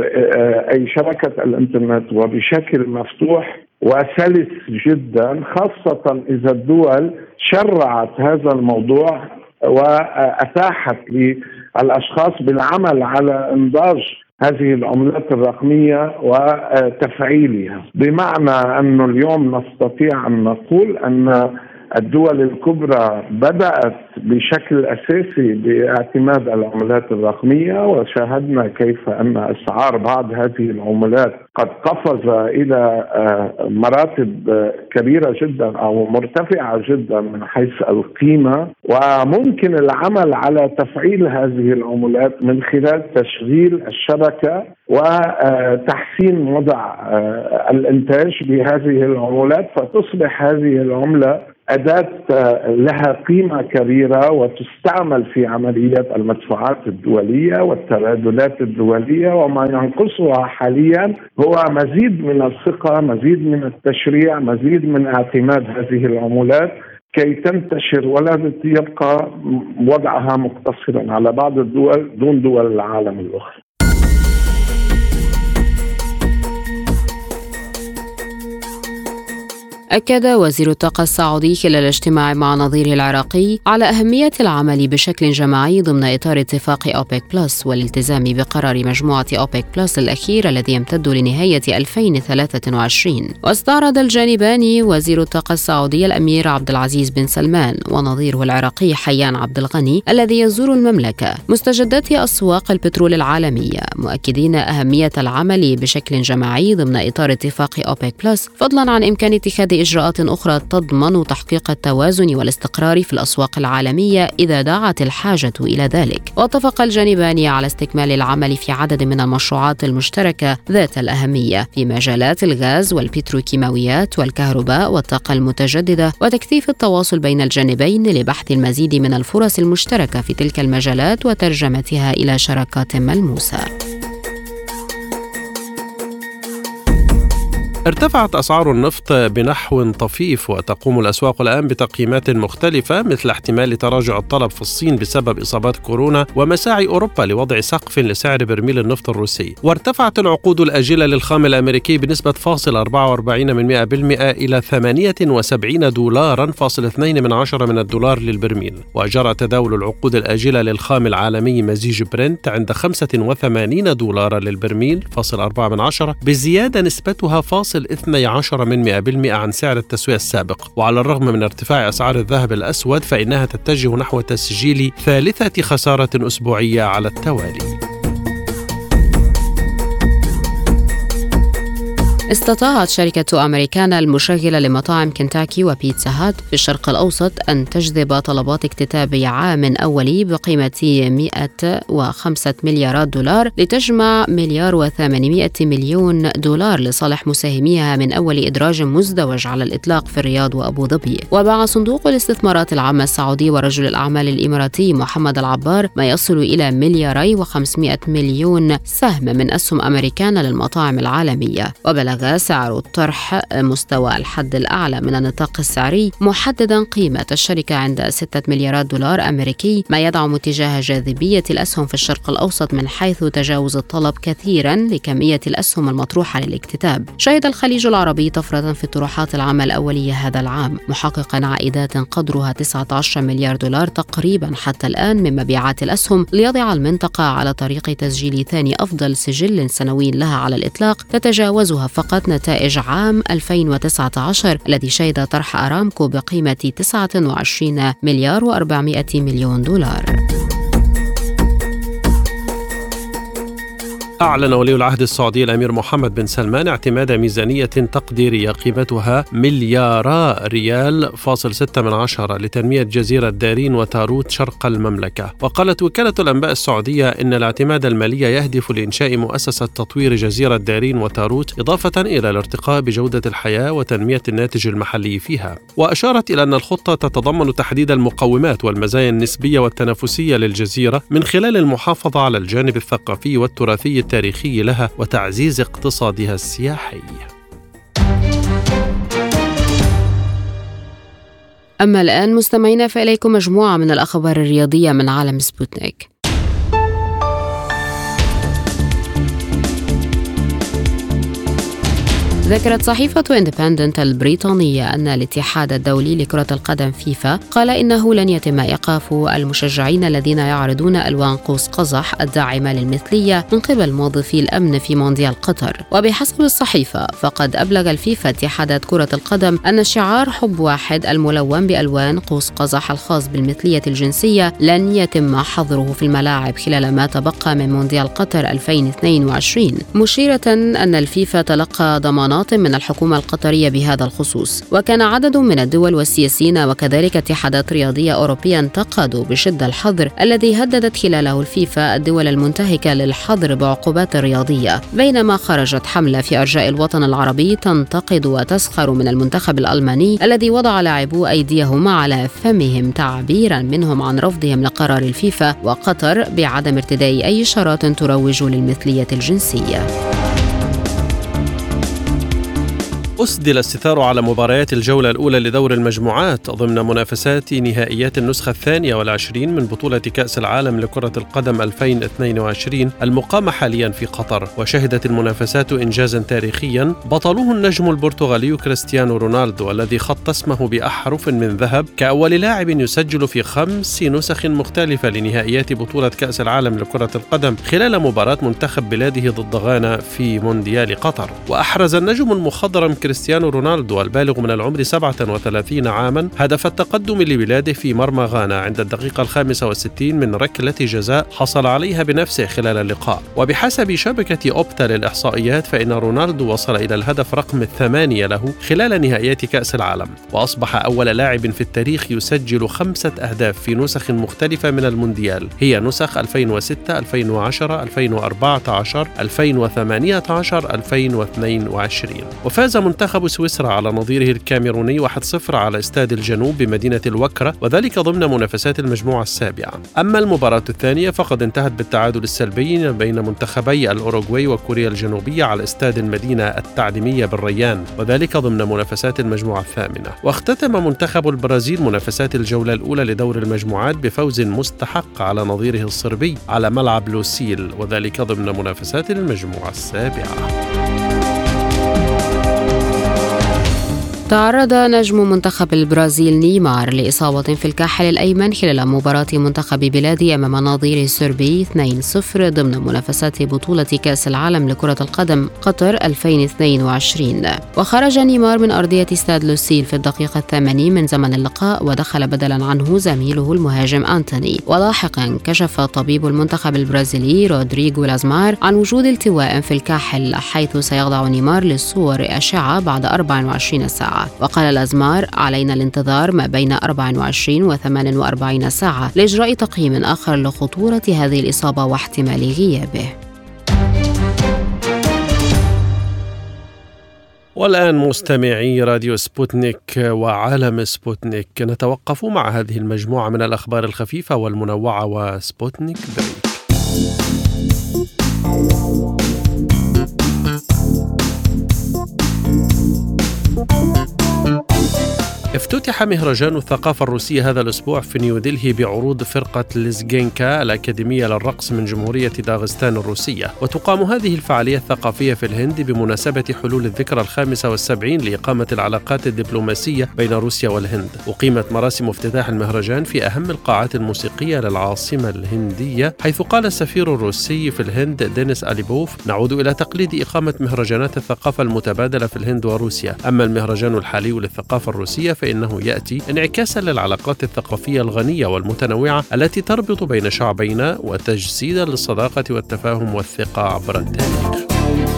H: أي شبكة الإنترنت، وبشكل مفتوح وسلس جدا، خاصة إذا الدول شرعت هذا الموضوع وأتاحت للأشخاص بالعمل على إنضاج هذه العملات الرقمية وتفعيلها. بمعنى أنه اليوم نستطيع أن نقول أن الدول الكبرى بدأت بشكل أساسي باعتماد العملات الرقمية، وشاهدنا كيف أن أسعار بعض هذه العملات قد قفز إلى مراتب كبيرة جدا أو مرتفعة جدا من حيث القيمة، وممكن العمل على تفعيل هذه العملات من خلال تشغيل الشبكة وتحسين وضع الإنتاج بهذه العملات، فتصبح هذه العملة أداة لها قيمة كبيرة وتستعمل في عمليات المدفوعات الدولية والتبادلات الدولية. وما ينقصها حاليا هو مزيد من الثقة، مزيد من التشريع، مزيد من اعتماد هذه العملات كي تنتشر ولا يبقى وضعها مقتصرا على بعض الدول دون دول العالم الأخرى.
D: أكد وزير الطاقة السعودي خلال الاجتماع مع نظيره العراقي على أهمية العمل بشكل جماعي ضمن إطار اتفاق أوبك بلس والالتزام بقرار مجموعة أوبك بلس الأخير الذي يمتد لنهاية ألفين وثلاثة وعشرين. واستعرض الجانبان وزير الطاقة السعودي الأمير عبد العزيز بن سلمان ونظيره العراقي حيان عبد الغني الذي يزور المملكة مستجدات أسواق البترول العالمية، مؤكدين أهمية العمل بشكل جماعي ضمن إطار اتفاق أوبك بلس، فضلا عن إمكان اتخاذ إجراءات أخرى تضمن تحقيق التوازن والاستقرار في الأسواق العالمية إذا دعت الحاجة إلى ذلك. واتفق الجانبان على استكمال العمل في عدد من المشروعات المشتركة ذات الأهمية في مجالات الغاز والبتروكيماويات والكهرباء والطاقة المتجددة، وتكثيف التواصل بين الجانبين لبحث المزيد من الفرص المشتركة في تلك المجالات وترجمتها إلى شراكات ملموسة.
B: ارتفعت أسعار النفط بنحو طفيف، وتقوم الأسواق الآن بتقييمات مختلفة مثل احتمال تراجع الطلب في الصين بسبب إصابات كورونا ومساعي أوروبا لوضع سقف لسعر برميل النفط الروسي. وارتفعت العقود الآجلة للخام الأمريكي بنسبة فاصل أربعة وأربعين بالمئة إلى ثمانية وسبعين دولارا فاصل اثنين من عشرة من الدولار للبرميل. وجرى تداول العقود الآجلة للخام العالمي مزيج برنت عند خمسة وثمانين دولارا للبرميل فاصل أربعة من عشرة بزيادة نسبتها فاصل اثني عشر من مئة بالمئة عن سعر التسوية السابق. وعلى الرغم من ارتفاع أسعار الذهب الأسود فإنها تتجه نحو تسجيل ثالثة خسارة أسبوعية على التوالي.
D: استطاعت شركة أمريكانا المشغلة لمطاعم كنتاكي وبيتزا هات في الشرق الأوسط أن تجذب طلبات اكتتاب عام أولي بقيمة مئة وخمسة مليارات دولار لتجمع مليار وثمانمائة مليون دولار لصالح مساهميها من أول إدراج مزدوج على الإطلاق في الرياض وأبو ظبي. وباع صندوق الاستثمارات العامة السعودي ورجل الأعمال الإماراتي محمد العبار ما يصل إلى ملياري وخمسمائة مليون سهم من أسهم أمريكانا للمطاعم العالمية. وبلغ سعر الطرح مستوى الحد الأعلى من النطاق السعري، محددا قيمة الشركة عند ستة مليارات دولار أمريكي، ما يدعم اتجاه جاذبية الأسهم في الشرق الأوسط من حيث تجاوز الطلب كثيرا لكمية الأسهم المطروحة للاكتتاب. شهد الخليج العربي طفرة في الطروحات العامة الأولية هذا العام، محققا عائدات قدرها تسعة عشر مليار دولار تقريبا حتى الآن من مبيعات الأسهم، ليضع المنطقة على طريق تسجيل ثاني أفضل سجل سنوي لها على الإطلاق، تتجاوزها فقط نتائج عام ألفين وتسعة عشر الذي شهد طرح أرامكو بقيمة تسعة وعشرين مليار وأربعمائة مليون دولار.
B: أعلن ولي العهد السعودي الأمير محمد بن سلمان اعتماد ميزانية تقديرية قيمتها مليارا ريال فاصل ستة من عشرة لتنمية جزيرة دارين وتاروت شرق المملكة. وقالت وكالة الأنباء السعودية إن الاعتماد المالي يهدف لإنشاء مؤسسة تطوير جزيرة دارين وتاروت، إضافة إلى الارتقاء بجودة الحياة وتنمية الناتج المحلي فيها. وأشارت إلى أن الخطة تتضمن تحديد المقومات والمزايا النسبية والتنافسية للجزيرة من خلال المحافظة على الجانب الثقافي والتراثي التاريخي لها وتعزيز اقتصادها السياحي.
D: أما الآن مستمعينا فإليكم مجموعة من الأخبار الرياضية من عالم سبوتنيك. ذكرت صحيفة إندبندنت البريطانية أن الاتحاد الدولي لكرة القدم فيفا قال إنه لن يتم إيقاف المشجعين الذين يعرضون ألوان قوس قزح الداعمة للمثلية من قبل موظفي الأمن في مونديال قطر. وبحسب الصحيفة فقد أبلغ الفيفا اتحادات كرة القدم أن شعار حب واحد الملون بألوان قوس قزح الخاص بالمثلية الجنسية لن يتم حظره في الملاعب خلال ما تبقى من مونديال قطر ألفين واثنين وعشرين، مشيرة أن الفيفا تلقى ضمانات من الحكومة القطرية بهذا الخصوص. وكان عدد من الدول والسياسيين وكذلك اتحادات رياضية أوروبية انتقدوا بشدة الحظر الذي هددت خلاله الفيفا الدول المنتهكة للحظر بعقوبات رياضية، بينما خرجت حملة في أرجاء الوطن العربي تنتقد وتسخر من المنتخب الألماني الذي وضع لاعبو أيديهم على فمهم تعبيرا منهم عن رفضهم لقرار الفيفا وقطر بعدم ارتداء أي شارات تروج للمثلية الجنسية.
B: أسدل الستار على مباريات الجولة الأولى لدور المجموعات ضمن منافسات نهائيات النسخة الثانية والعشرين من بطولة كأس العالم لكرة القدم ألفين واثنين وعشرين المقامة حاليا في قطر. وشهدت المنافسات إنجازا تاريخيا بطلوه النجم البرتغالي كريستيانو رونالدو الذي خط اسمه بأحرف من ذهب كأول لاعب يسجل في خمس نسخ مختلفة لنهائيات بطولة كأس العالم لكرة القدم خلال مباراة منتخب بلاده ضد غانا في مونديال قطر. وأحرز النجم المخضرم كريستيانو رونالدو البالغ من العمر سبعة وثلاثين عاما هدف التقدم لبلاده في مرمى غانا عند الدقيقة الخامسة والستين من ركلة جزاء حصل عليها بنفسه خلال اللقاء. وبحسب شبكة أوبتا للإحصائيات فإن رونالدو وصل إلى الهدف رقم الثمانية له خلال نهائيات كأس العالم، وأصبح أول لاعب في التاريخ يسجل خمسة أهداف في نسخ مختلفة من المونديال، هي نسخ ألفين وستة ألفين وعشرة ألفين وأربعة عشر ألفين وثمانية عشر ألفين واثنين وعشرين. وفاز منتخب سويسرا على نظيره الكاميروني واحد صفر على استاد الجنوب بمدينة الوكرة، وذلك ضمن منافسات المجموعة السابعة. أما المباراة الثانية فقد انتهت بالتعادل السلبي بين منتخبي الأوروغواي وكوريا الجنوبية على استاد المدينة التعليمية بالريان، وذلك ضمن منافسات المجموعة الثامنة. واختتم منتخب البرازيل منافسات الجولة الأولى لدور المجموعات بفوز مستحق على نظيره الصربي على ملعب لوسيل، وذلك ضمن منافسات المجموعة السابعة.
D: تعرض نجم منتخب البرازيل نيمار لإصابة في الكاحل الأيمن خلال مباراة منتخب بلاده أمام نظيره السربي اثنين صفر ضمن منافسات بطولة كأس العالم لكرة القدم قطر ألفين واثنين وعشرين. وخرج نيمار من أرضية استاد لوسيل في الدقيقة الثامنة من زمن اللقاء، ودخل بدلا عنه زميله المهاجم أنتوني. ولاحقا كشف طبيب المنتخب البرازيلي رودريغو لازمار عن وجود التواء في الكاحل، حيث سيخضع نيمار للصور أشعة بعد أربع وعشرين ساعة. وقال لازمار: علينا الانتظار ما بين أربع وعشرين وثمان وأربعين ساعة لإجراء تقييم آخر لخطورة هذه الإصابة واحتمال غيابه.
B: والآن مستمعي راديو سبوتنيك وعالم سبوتنيك، نتوقف مع هذه المجموعة من الأخبار الخفيفة والمنوعة وسبوتنيك بريك. افتتح مهرجان الثقافة الروسية هذا الأسبوع في نيودلهي بعروض فرقة لزجينكا الأكاديمية للرقص من جمهورية داغستان الروسية. وتقام هذه الفعالية الثقافية في الهند بمناسبة حلول الذكرى الخامسة والسبعين لإقامة العلاقات الدبلوماسية بين روسيا والهند. أقيمت مراسم افتتاح المهرجان في أهم القاعات الموسيقية للعاصمة الهندية، حيث قال السفير الروسي في الهند دينيس أليبوف: نعود إلى تقليد إقامة مهرجانات الثقافة المتبادلة في الهند وروسيا. أما المهرجان الحالي للثقافة الروسية فإنه يأتي انعكاسا للعلاقات الثقافية الغنية والمتنوعة التي تربط بين شعبينا، وتجسيدا للصداقة والتفاهم والثقة عبر التاريخ.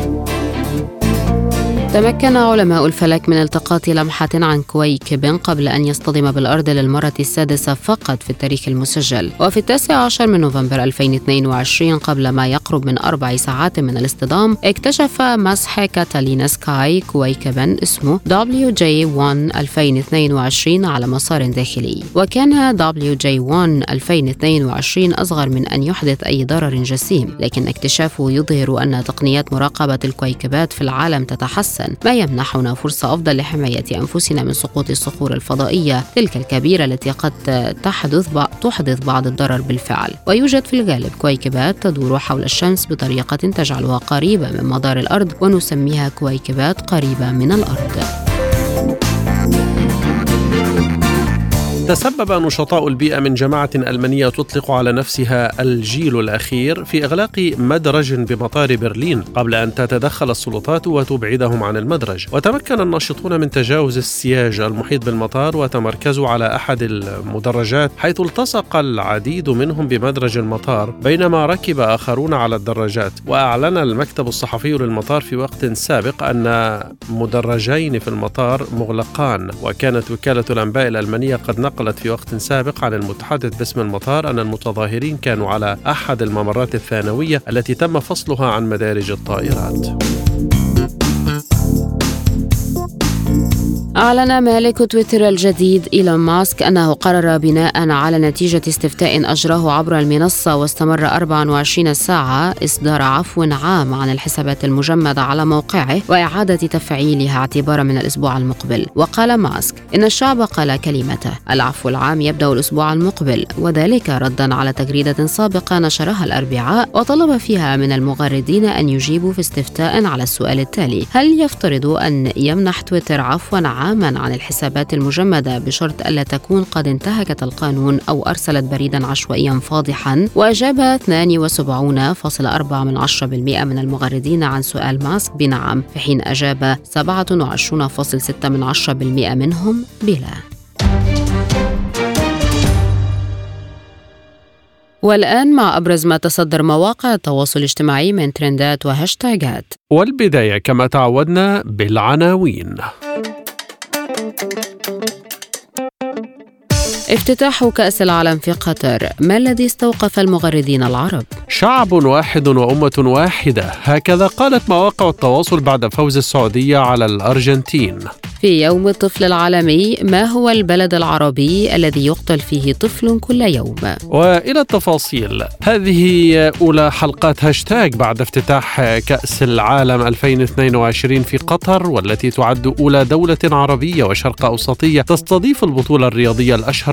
D: تمكن علماء الفلك من التقاط لمحة عن كويكب قبل أن يصطدم بالأرض للمرة السادسة فقط في التاريخ المسجل. وفي التاسع عشر من نوفمبر ألفين واثنين وعشرين، قبل ما يقرب من أربع ساعات من الاصطدام، اكتشف مسح كاتالينا سكاي كويكبا اسمه دبليو جي واحد ألفين واثنين وعشرين على مسار داخلي. وكان دبليو جي واحد ألفين واثنين وعشرين أصغر من أن يحدث أي ضرر جسيم، لكن اكتشافه يظهر أن تقنيات مراقبة الكويكبات في العالم تتحسن، ما يمنحنا فرصة أفضل لحماية أنفسنا من سقوط الصخور الفضائية تلك الكبيرة التي قد تحدث تحدث بعض الضرر بالفعل. ويوجد في الغالب كويكبات تدور حول الشمس بطريقة تجعلها قريبة من مدار الأرض، ونسميها كويكبات قريبة من الأرض.
B: تسبب نشطاء البيئة من جماعة ألمانية تطلق على نفسها الجيل الأخير في إغلاق مدرج بمطار برلين قبل أن تتدخل السلطات وتبعدهم عن المدرج. وتمكن الناشطون من تجاوز السياج المحيط بالمطار وتمركزوا على أحد المدرجات، حيث التصق العديد منهم بمدرج المطار بينما ركب آخرون على الدراجات. وأعلن المكتب الصحفي للمطار في وقت سابق أن مدرجين في المطار مغلقان. وكانت وكالة الأنباء الألمانية قد نقلت قالت في وقت سابق عن المتحدث باسم المطار أن المتظاهرين كانوا على أحد الممرات الثانوية التي تم فصلها عن مدارج الطائرات.
D: أعلن مالك تويتر الجديد إيلون ماسك أنه قرر بناء على نتيجة استفتاء أجراه عبر المنصة واستمر أربع وعشرين ساعة إصدار عفو عام عن الحسابات المجمدة على موقعه وإعادة تفعيلها اعتبارا من الأسبوع المقبل. وقال ماسك إن الشعب قال كلمته: العفو العام يبدأ الأسبوع المقبل، وذلك ردا على تغريدة سابقة نشرها الأربعاء وطلب فيها من المغردين أن يجيبوا في استفتاء على السؤال التالي: هل يفترض أن يمنح تويتر عفوا عام عن الحسابات المجمدة بشرط ألا تكون قد انتهكت القانون أو أرسلت بريدا عشوائيا فاضحا؟ وأجاب اثنين وسبعين فاصلة أربعة بالمئة من المغردين عن سؤال ماسك بنعم، في حين أجاب سبعة وعشرين فاصلة ستة بالمئة منهم بلا. والآن مع أبرز ما تصدر مواقع التواصل الاجتماعي من ترندات وهاشتاجات،
B: والبداية كما تعودنا بالعناوين.
D: افتتاح كأس العالم في قطر، ما الذي استوقف المغردين العرب؟
B: شعب واحد وأمة واحدة، هكذا قالت مواقع التواصل بعد فوز السعودية على الأرجنتين.
D: في يوم الطفل العالمي، ما هو البلد العربي الذي يقتل فيه طفل كل يوم؟
B: وإلى التفاصيل، هذه أولى حلقات هاشتاج بعد افتتاح كأس العالم ألفين واثنين وعشرين في قطر، والتي تعد أولى دولة عربية وشرق أوسطية تستضيف البطولة الرياضية الأشهر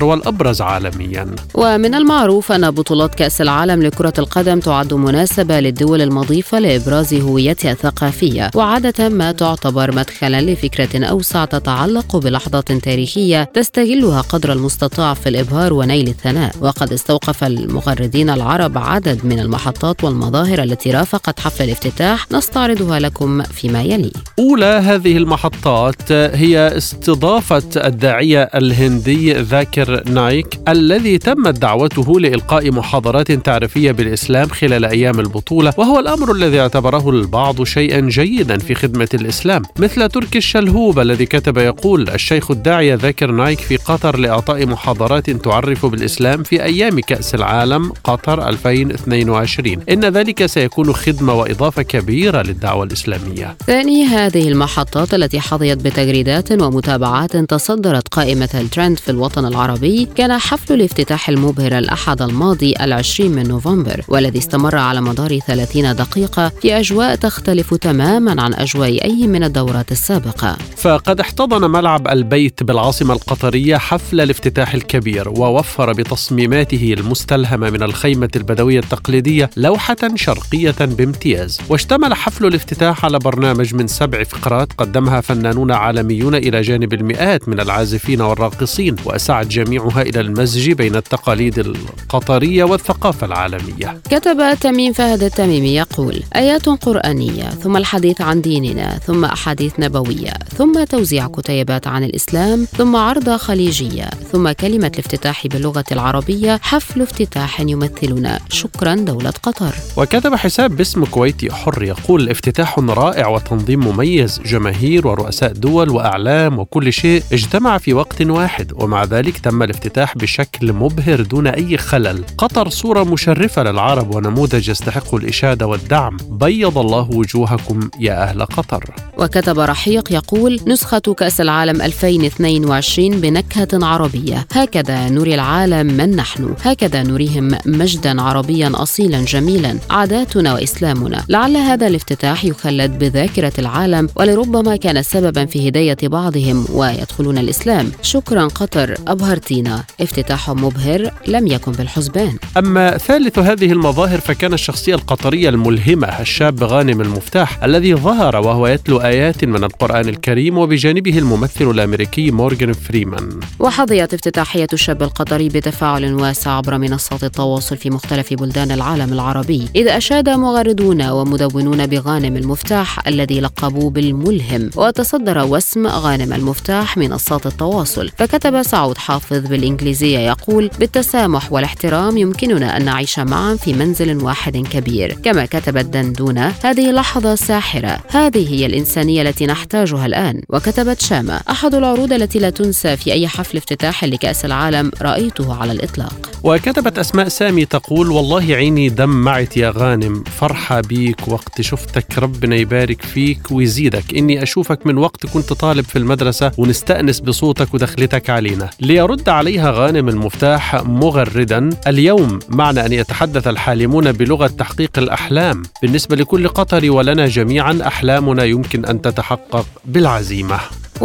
B: قطر والأبرز عالميا.
D: ومن المعروف أن بطولات كأس العالم لكرة القدم تعد مناسبة للدول المضيفة لإبراز هويتها الثقافية، وعادة ما تعتبر مدخلا لفكرة أوسع تتعلق بلحظات تاريخية تستغلها قدر المستطاع في الإبهار ونيل الثناء. وقد استوقف المغردين العرب عدد من المحطات والمظاهر التي رافقت حفل الافتتاح، نستعرضها لكم فيما يلي.
B: أولى هذه المحطات هي استضافة الداعية الهندي ذاكر نايك الذي تمت دعوته لإلقاء محاضرات تعريفية بالإسلام خلال أيام البطولة، وهو الأمر الذي اعتبره البعض شيئا جيدا في خدمة الإسلام، مثل تركي الشلهوب الذي كتب يقول: الشيخ الداعية ذاكر نايك في قطر لإعطاء محاضرات تعرف بالإسلام في أيام كأس العالم قطر ألفين واثنين وعشرين. إن ذلك سيكون خدمة وإضافة كبيرة للدعوة الإسلامية.
D: ثاني هذه المحطات التي حظيت بتغريدات ومتابعات تصدرت قائمة الترند في الوطن العربي كان حفل الافتتاح المبهر الأحد الماضي العشرين من نوفمبر، والذي استمر على مدار ثلاثين دقيقة في أجواء تختلف تماما عن أجواء أي من الدورات السابقة.
B: فقد احتضن ملعب البيت بالعاصمة القطرية حفل الافتتاح الكبير، ووفر بتصميماته المستلهمة من الخيمة البدوية التقليدية لوحة شرقية بامتياز. واشتمل حفل الافتتاح على برنامج من سبع فقرات قدمها فنانون عالميون إلى جانب المئات من العازفين والراقصين، وأسعد جميعها إلى المزج بين التقاليد القطرية والثقافة العالمية.
D: كتب تميم فهد التميمي يقول: آيات قرآنية، ثم الحديث عن ديننا، ثم أحاديث نبوية، ثم توزيع كتيبات عن الإسلام، ثم عرضة خليجية، ثم كلمة الافتتاح باللغة العربية، حفل افتتاح يمثلنا، شكرا دولة قطر.
B: وكتب حساب باسم كويتي حر يقول: افتتاح رائع وتنظيم مميز، جماهير ورؤساء دول وأعلام وكل شيء اجتمع في وقت واحد، ومع ذلك تم الافتتاح بشكل مبهر دون أي خلل. قطر صورة مشرفة للعرب ونموذج يستحق الإشادة والدعم، بيض الله وجوهكم يا أهل قطر.
D: وكتب رحيق يقول: نسخة كأس العالم ألفين واثنين وعشرين بنكهة عربية، هكذا نري العالم من نحن، هكذا نريهم مجدا عربيا أصيلا جميلا، عاداتنا وإسلامنا. لعل هذا الافتتاح يخلد بذاكرة العالم، ولربما كان سببا في هداية بعضهم ويدخلون الإسلام. شكرا قطر، أبهرتينا، افتتاح مبهر لم يكن بالحسبان.
B: أما ثالث هذه المظاهر فكان الشخصية القطرية الملهمة الشاب غانم المفتاح الذي ظهر وهو يتلو آيات من القرآن الكريم، وبجانبه الممثل الأمريكي مورغان فريمان.
D: وحظيت افتتاحية الشاب القطري بتفاعل واسع عبر منصات التواصل في مختلف بلدان العالم العربي، إذ أشاد مغردون ومدونون بغانم المفتاح الذي لقبوه بالملهم، وتصدر واسم غانم المفتاح منصات التواصل. فكتب سعود حافظ بالإنجليزية يقول: بالتسامح والاحترام يمكننا أن نعيش معا في منزل واحد كبير. كما كتبت دندونة: هذه لحظة ساحرة، هذه هي الإنسانية التي نحتاجها الآن. وكتبت شامة: أحد العروض التي لا تنسى في أي حفل افتتاح لكأس العالم رأيته على الإطلاق.
B: وكتبت أسماء سامي تقول: والله عيني دمعت يا غانم، فرحة بيك وقت شفتك، ربنا يبارك فيك ويزيدك، إني أشوفك من وقت كنت طالب في المدرسة ونستأنس بصوتك ودخلتك علينا. ليرد عليها غانم المفتاح مغردا: اليوم معنى أن يتحدث الحالمون بلغة تحقيق الأحلام، بالنسبة لكل قطري ولنا جميعا أحلامنا يمكن أن تتحقق بالعزيمة.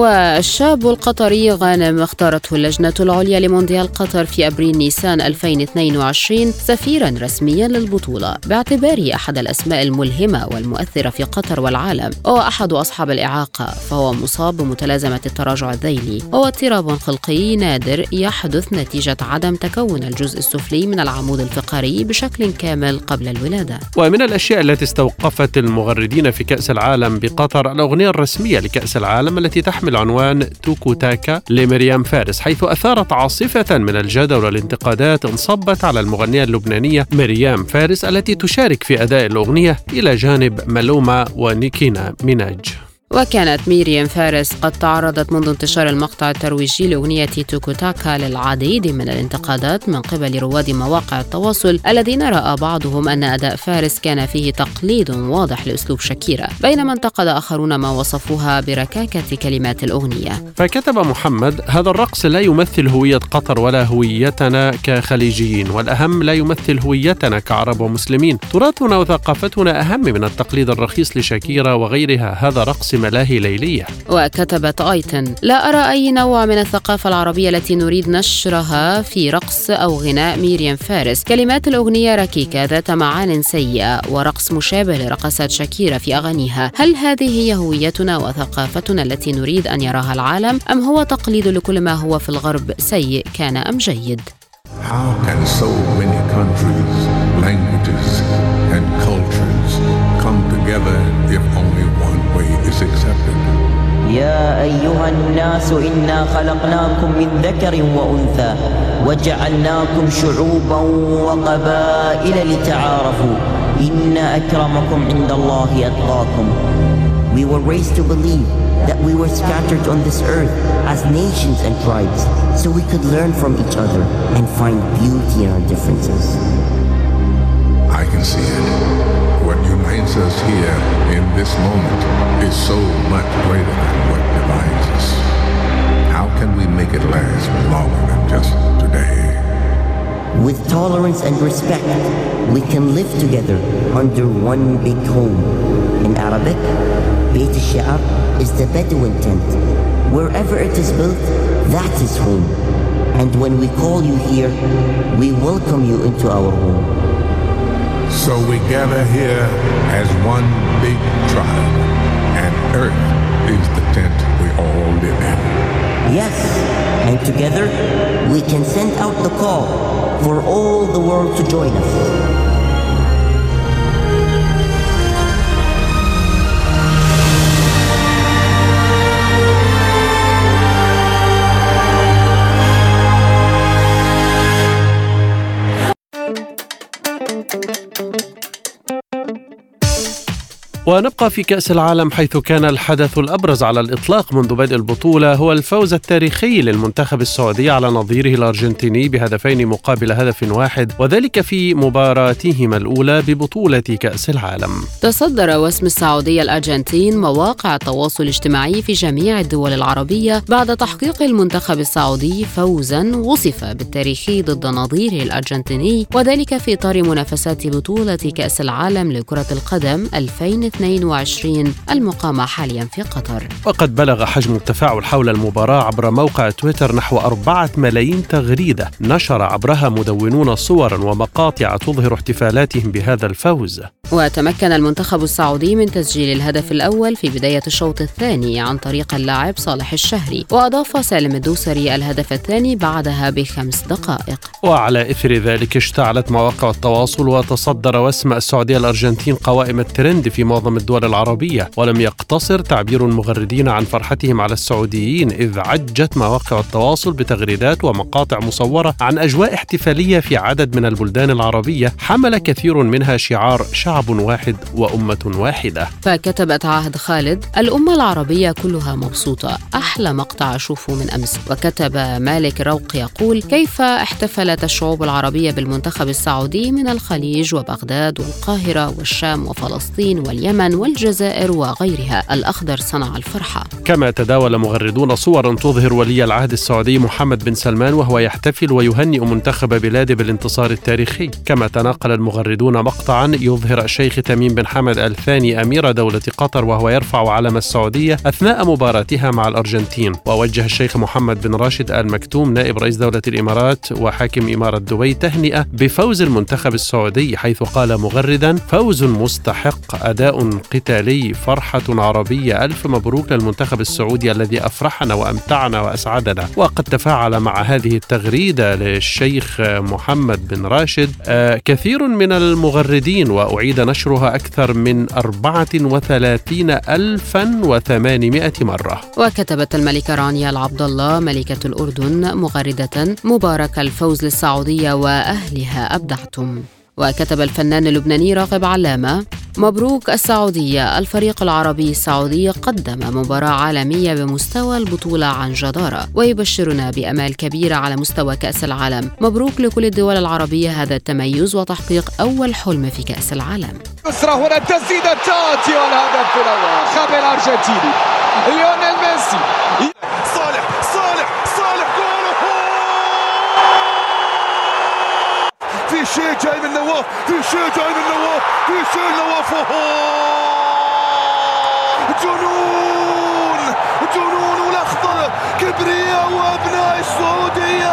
D: والشاب القطري غانم اختارته اللجنة العليا لمونديال قطر في أبريل نيسان ألفين واثنين وعشرين سفيرا رسميا للبطولة، باعتباره أحد الأسماء الملهمة والمؤثرة في قطر والعالم. هو أحد أصحاب الإعاقة، فهو مصاب بمتلازمة التراجع الذيلي، وهو اضطراب خلقي نادر يحدث نتيجة عدم تكون الجزء السفلي من العمود الفقري بشكل كامل قبل الولادة.
B: ومن الأشياء التي استوقفت المغردين في كأس العالم بقطر الأغنية الرسمية لكأس العالم التي تحمل تحمل عنوان توكو تاكا لمريم فارس، حيث أثارت عاصفة من الجدل والانتقادات انصبت على المغنية اللبنانية مريم فارس التي تشارك في أداء الأغنية إلى جانب مالوما ونيكينا ميناج.
D: وكانت ميريام فارس قد تعرضت منذ انتشار المقطع الترويجي لأغنية توكو تاكا للعديد من الانتقادات من قبل رواد مواقع التواصل، الذين رأى بعضهم أن أداء فارس كان فيه تقليد واضح لأسلوب شاكيرا، بينما انتقد آخرون ما وصفوها بركاكة كلمات الأغنية.
B: فكتب محمد: هذا الرقص لا يمثل هوية قطر ولا هويتنا كخليجيين، والأهم لا يمثل هويتنا كعرب ومسلمين. تراثنا وثقافتنا أهم من التقليد الرخيص لشاكيرا وغيرها. هذا رقص ملاهي ليلية.
D: وكتبت آيتن: لا أرى أي نوع من الثقافة العربية التي نريد نشرها في رقص أو غناء ميريام فارس. كلمات الأغنية ركيكة ذات معان سيئة ورقص مشابه لرقصات شاكيرا في أغانيها. هل هذه هي هويتنا وثقافتنا التي نريد أن يراها العالم، أم هو تقليد لكل ما هو في الغرب سيء كان أم جيد؟
I: How can so many countries, languages and cultures come together if only one way is accepted?
J: يا أيها الناس إنا خلقناكم من ذكر وأنثى وجعلناكم شعوبا وقبائل لتعارفوا إن أكرمكم عند الله أتقاكم. We were raised to believe that we were scattered on this earth as nations and tribes so we could learn from each other and find beauty in our differences.
I: I can see it. What unites us here in this moment is so much greater than what divides us. How can we make it last longer than just today?
J: With tolerance and respect, we can live together under one big home. In Arabic, Beit al-Shi'ar is the Bedouin tent. Wherever it is built, that is home. And when we call you here, we welcome you into our home.
I: So we gather here as one big tribe, and Earth is the tent we all live in.
J: Yes, and together we can send out the call for all the world to join us.
B: ونبقى في كأس العالم، حيث كان الحدث الأبرز على الإطلاق منذ بدء البطولة هو الفوز التاريخي للمنتخب السعودي على نظيره الأرجنتيني بهدفين مقابل هدف واحد، وذلك في مباراتهما الأولى ببطولة كأس العالم.
D: تصدر وسم السعودية الأرجنتين مواقع التواصل الاجتماعي في جميع الدول العربية بعد تحقيق المنتخب السعودي فوزا وصف بالتاريخي ضد نظيره الأرجنتيني، وذلك في إطار منافسات بطولة كأس العالم لكرة القدم ألفين واثنين وعشرين المقامة حاليا في قطر.
B: وقد بلغ حجم التفاعل حول المباراة عبر موقع تويتر نحو أربعة ملايين تغريدة نشر عبرها مدونون صورا ومقاطع تظهر احتفالاتهم بهذا الفوز.
D: وتمكن المنتخب السعودي من تسجيل الهدف الأول في بداية الشوط الثاني عن طريق اللاعب صالح الشهري، وأضاف سالم الدوسري الهدف الثاني بعدها بخمس دقائق.
B: وعلى إثر ذلك اشتعلت مواقع التواصل وتصدر وسم السعودية الأرجنتين قوائم الترند في معظم الدول العربية، ولم يقتصر تعبير المغردين عن فرحتهم على السعوديين، إذ عجت مواقع التواصل بتغريدات ومقاطع مصورة عن أجواء احتفالية في عدد من البلدان العربية حمل كثير منها شعار شعب واحد وأمة واحدة.
D: فكتبت عهد خالد: الأمة العربية كلها مبسوطة، أحلى مقطع أشوفه من أمس. وكتب مالك روق يقول: كيف احتفلت الشعوب العربية بالمنتخب السعودي من الخليج وبغداد والقاهرة والشام وفلسطين واليمن والجزائر وغيرها، الأخضر صنع الفرحة.
B: كما تداول مغردون صورا تظهر ولي العهد السعودي محمد بن سلمان وهو يحتفل ويهنئ منتخب بلاده بالانتصار التاريخي. كما تناقل المغردون مقطعا يظهر الشيخ تميم بن حمد آل ثاني أمير دولة قطر وهو يرفع علم السعودية أثناء مباراتها مع الأرجنتين. ووجه الشيخ محمد بن راشد آل مكتوم نائب رئيس دولة الإمارات وحاكم إمارة دبي تهنئة بفوز المنتخب السعودي، حيث قال مغردا: فوز مستحق، أداء قتالي، فرحة عربية، ألف مبروك للمنتخب السعودي الذي أفرحنا وأمتعنا وأسعدنا. وقد تفاعل مع هذه التغريدة للشيخ محمد بن راشد آه كثير من المغردين، وأعيد نشرها أكثر من أربعة وثلاثين ألفا وثمانمائة مرة.
D: وكتبت الملكة رانيا العبد الله ملكة الأردن مغردة: مبارك الفوز للسعودية وأهلها، أبدعتم. وكتب الفنان اللبناني راغب علامة: مبروك السعودية، الفريق العربي السعودي قدم مباراة عالمية بمستوى البطولة عن جدارة، ويبشرنا بأمال كبيرة على مستوى كأس العالم. مبروك لكل الدول العربية هذا التميز وتحقيق أول حلم في كأس العالم.
K: يسرى هنا التسديدة تاتي والهدف الأول، خاب الأرجنتيني ليونيل ميسي. صالح صالح صالح جول! في شيء جاي من نواف، في شيء جاي من نواف، في شيء نواف جنون السعودية.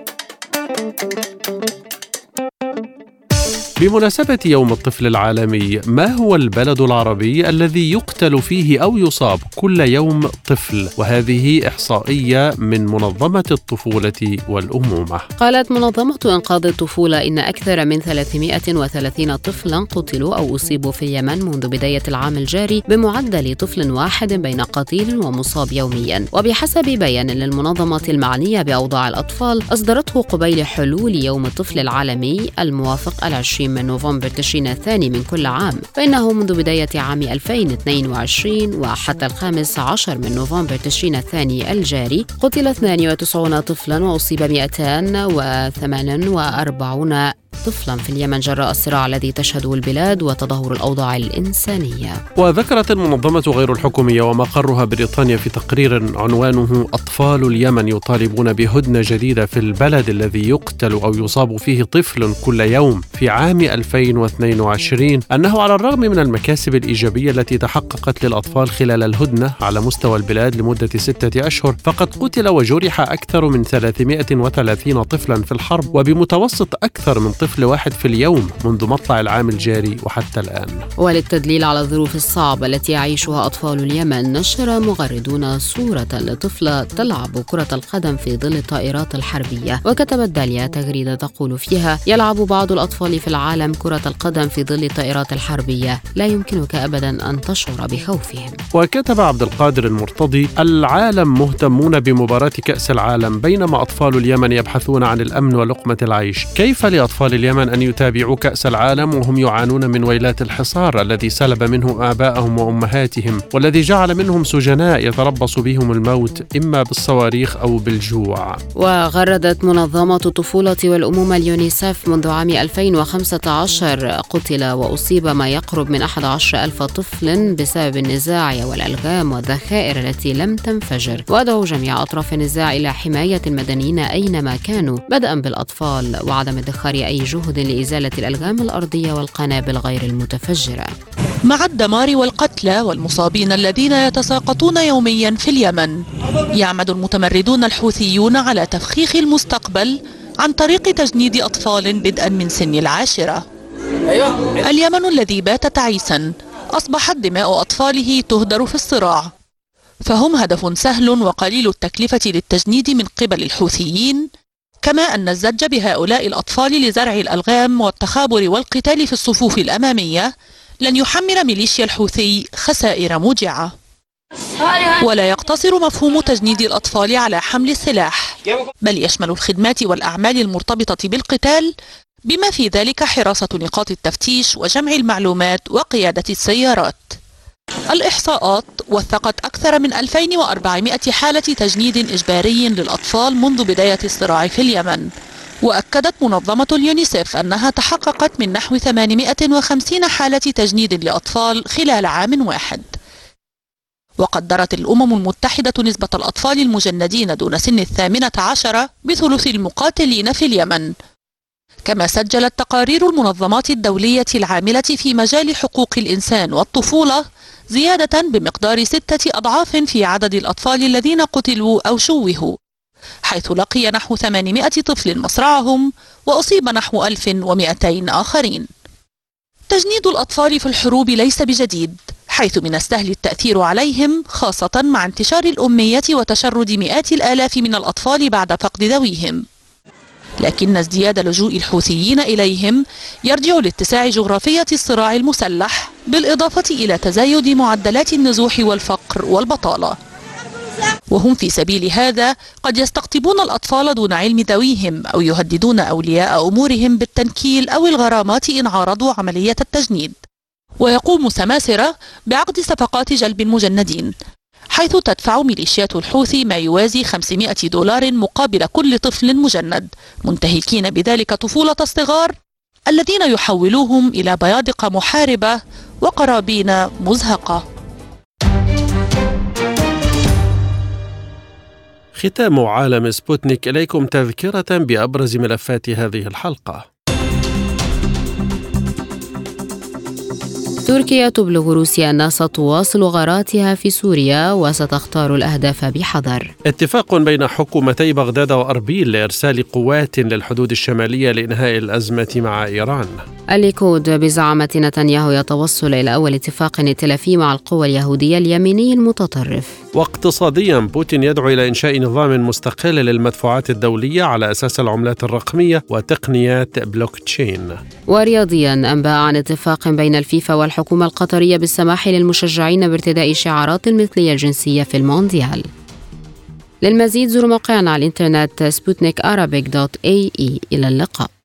B: بمناسبة يوم الطفل العالمي، ما هو البلد العربي الذي يقتل فيه أو يصاب كل يوم طفل؟ وهذه إحصائية من منظمة الطفولة والأمومة.
D: قالت منظمة إنقاذ الطفولة إن أكثر من ثلاثمائة وثلاثين طفلا قتلوا أو أصيبوا في اليمن منذ بداية العام الجاري، بمعدل طفل واحد بين قتيل ومصاب يوميا. وبحسب بيان للمنظمة المعنية بأوضاع الأطفال أصدرته قبيل حلول يوم الطفل العالمي الموافق العشرين من نوفمبر تشرين الثاني من كل عام، فإنه منذ بداية عام ألفين واثنين وعشرين وحتى الخامس عشر من نوفمبر تشرين الثاني الجاري قتل اثنان وتسعين طفلا وأصيب مئتين وثمانية وأربعين طفلا في اليمن جراء الصراع الذي تشهده البلاد وتدهور الأوضاع الإنسانية.
B: وذكرت المنظمة غير الحكومية ومقرها بريطانيا في تقرير عنوانه أطفال اليمن يطالبون بهدنة جديدة في البلد الذي يقتل أو يصاب فيه طفل كل يوم في عام ألفين واثنين وعشرين أنه على الرغم من المكاسب الإيجابية التي تحققت للأطفال خلال الهدنة على مستوى البلاد لمدة ستة أشهر، فقد قتل وجرح أكثر من ثلاثمائة وثلاثين طفلا في الحرب، وبمتوسط أكثر من طفل واحد في اليوم منذ مطلع العام الجاري وحتى الآن.
D: وللتدليل على الظروف الصعبة التي يعيشها أطفال اليمن، نشر مغردون صورة لطفلة تلعب كرة القدم في ظل الطائرات الحربية. وكتبت داليا تغريدة تقول فيها: يلعب بعض الأطفال في العالم كرة القدم في ظل الطائرات الحربية، لا يمكنك أبدا أن تشعر بخوفهم.
B: وكتب عبد القادر المرتضي: العالم مهتمون بمباراة كأس العالم بينما أطفال اليمن يبحثون عن الأمن ولقمة العيش. كيف لأطفال اليمن أن يتابعوا كأس العالم وهم يعانون من ويلات الحصار الذي سلب منهم آباءهم وأمهاتهم، والذي جعل منهم سجناء يتربص بهم الموت إما بالصواريخ أو بالجوع.
D: وغردت منظمة الطفولة والأمومة اليونيسف منذ عام ألفين وخمسة عشر قتل وأصيب ما يقرب من أحد عشر ألف طفل بسبب النزاع والألغام والذخائر التي لم تنفجر. وأدعو جميع أطراف النزاع إلى حماية المدنيين أينما كانوا، بدءا بالأطفال، وعدم ادخار أي جهد لإزالة الألغام الأرضية والقنابل غير المتفجرة.
L: مع الدمار والقتلى والمصابين الذين يتساقطون يوميا في اليمن، يعمد المتمردون الحوثيون على تفخيخ المستقبل عن طريق تجنيد أطفال بدءا من سن العاشرة. اليمن الذي بات تعيسا أصبحت دماء أطفاله تهدر في الصراع، فهم هدف سهل وقليل التكلفة للتجنيد من قبل الحوثيين، كما أن الزج بهؤلاء الأطفال لزرع الألغام والتخابر والقتال في الصفوف الأمامية لن يحمل ميليشيا الحوثي خسائر موجعة. ولا يقتصر مفهوم تجنيد الأطفال على حمل السلاح، بل يشمل الخدمات والأعمال المرتبطة بالقتال، بما في ذلك حراسة نقاط التفتيش وجمع المعلومات وقيادة السيارات. الإحصاءات وثقت أكثر من ألفين وأربعمائة حالة تجنيد إجباري للأطفال منذ بداية الصراع في اليمن. وأكدت منظمة اليونيسف أنها تحققت من نحو ثمانمائة وخمسين حالة تجنيد لأطفال خلال عام واحد. وقدرت الأمم المتحدة نسبة الأطفال المجندين دون سن الثامنة عشرة بثلث المقاتلين في اليمن. كما سجلت تقارير المنظمات الدولية العاملة في مجال حقوق الإنسان والطفولة زيادة بمقدار ستة أضعاف في عدد الأطفال الذين قتلوا أو شوهوا، حيث لقي نحو ثمانمائة طفل مصرعهم وأصيب نحو ألف ومئتين آخرين. تجنيد الأطفال في الحروب ليس بجديد، حيث من السهل التأثير عليهم، خاصة مع انتشار الأمية وتشرد مئات الآلاف من الأطفال بعد فقد ذويهم. لكن ازدياد لجوء الحوثيين إليهم يرجع لاتساع جغرافية الصراع المسلح، بالإضافة إلى تزايد معدلات النزوح والفقر والبطالة. وهم في سبيل هذا قد يستقطبون الأطفال دون علم ذويهم، أو يهددون أولياء أمورهم بالتنكيل أو الغرامات إن عارضوا عملية التجنيد. ويقوم سماسرة بعقد صفقات جلب المجندين، حيث تدفع ميليشيات الحوثي ما يوازي خمسمائة دولار مقابل كل طفل مجند، منتهكين بذلك طفولة الصغار الذين يحولوهم إلى بيادق محاربة وقرابين مزهقة.
B: ختام عالم سبوتنيك، إليكم تذكرة بأبرز ملفات هذه الحلقة.
D: تركيا تبلغ روسيا أنها ستواصل غاراتها في سوريا وستختار الأهداف بحذر.
B: اتفاق بين حكومتي بغداد وأربيل لإرسال قوات للحدود الشمالية لإنهاء الأزمة مع إيران.
D: الليكود بزعامة نتنياهو يتوصل إلى أول اتفاق ائتلافي مع القوى اليهودية اليميني المتطرف.
B: واقتصاديا بوتين يدعو إلى إنشاء نظام مستقل للمدفوعات الدولية على أساس العملات الرقمية وتقنيات بلوك تشين.
D: ورياضيا أنباء عن اتفاق بين الفيفا والحكومة القطرية بالسماح للمشجعين بارتداء شعارات المثلية الجنسية في المونديال. للمزيد زوروا موقعنا على الإنترنت سبوتنيك أرابيك دوت إي إي. إلى اللقاء.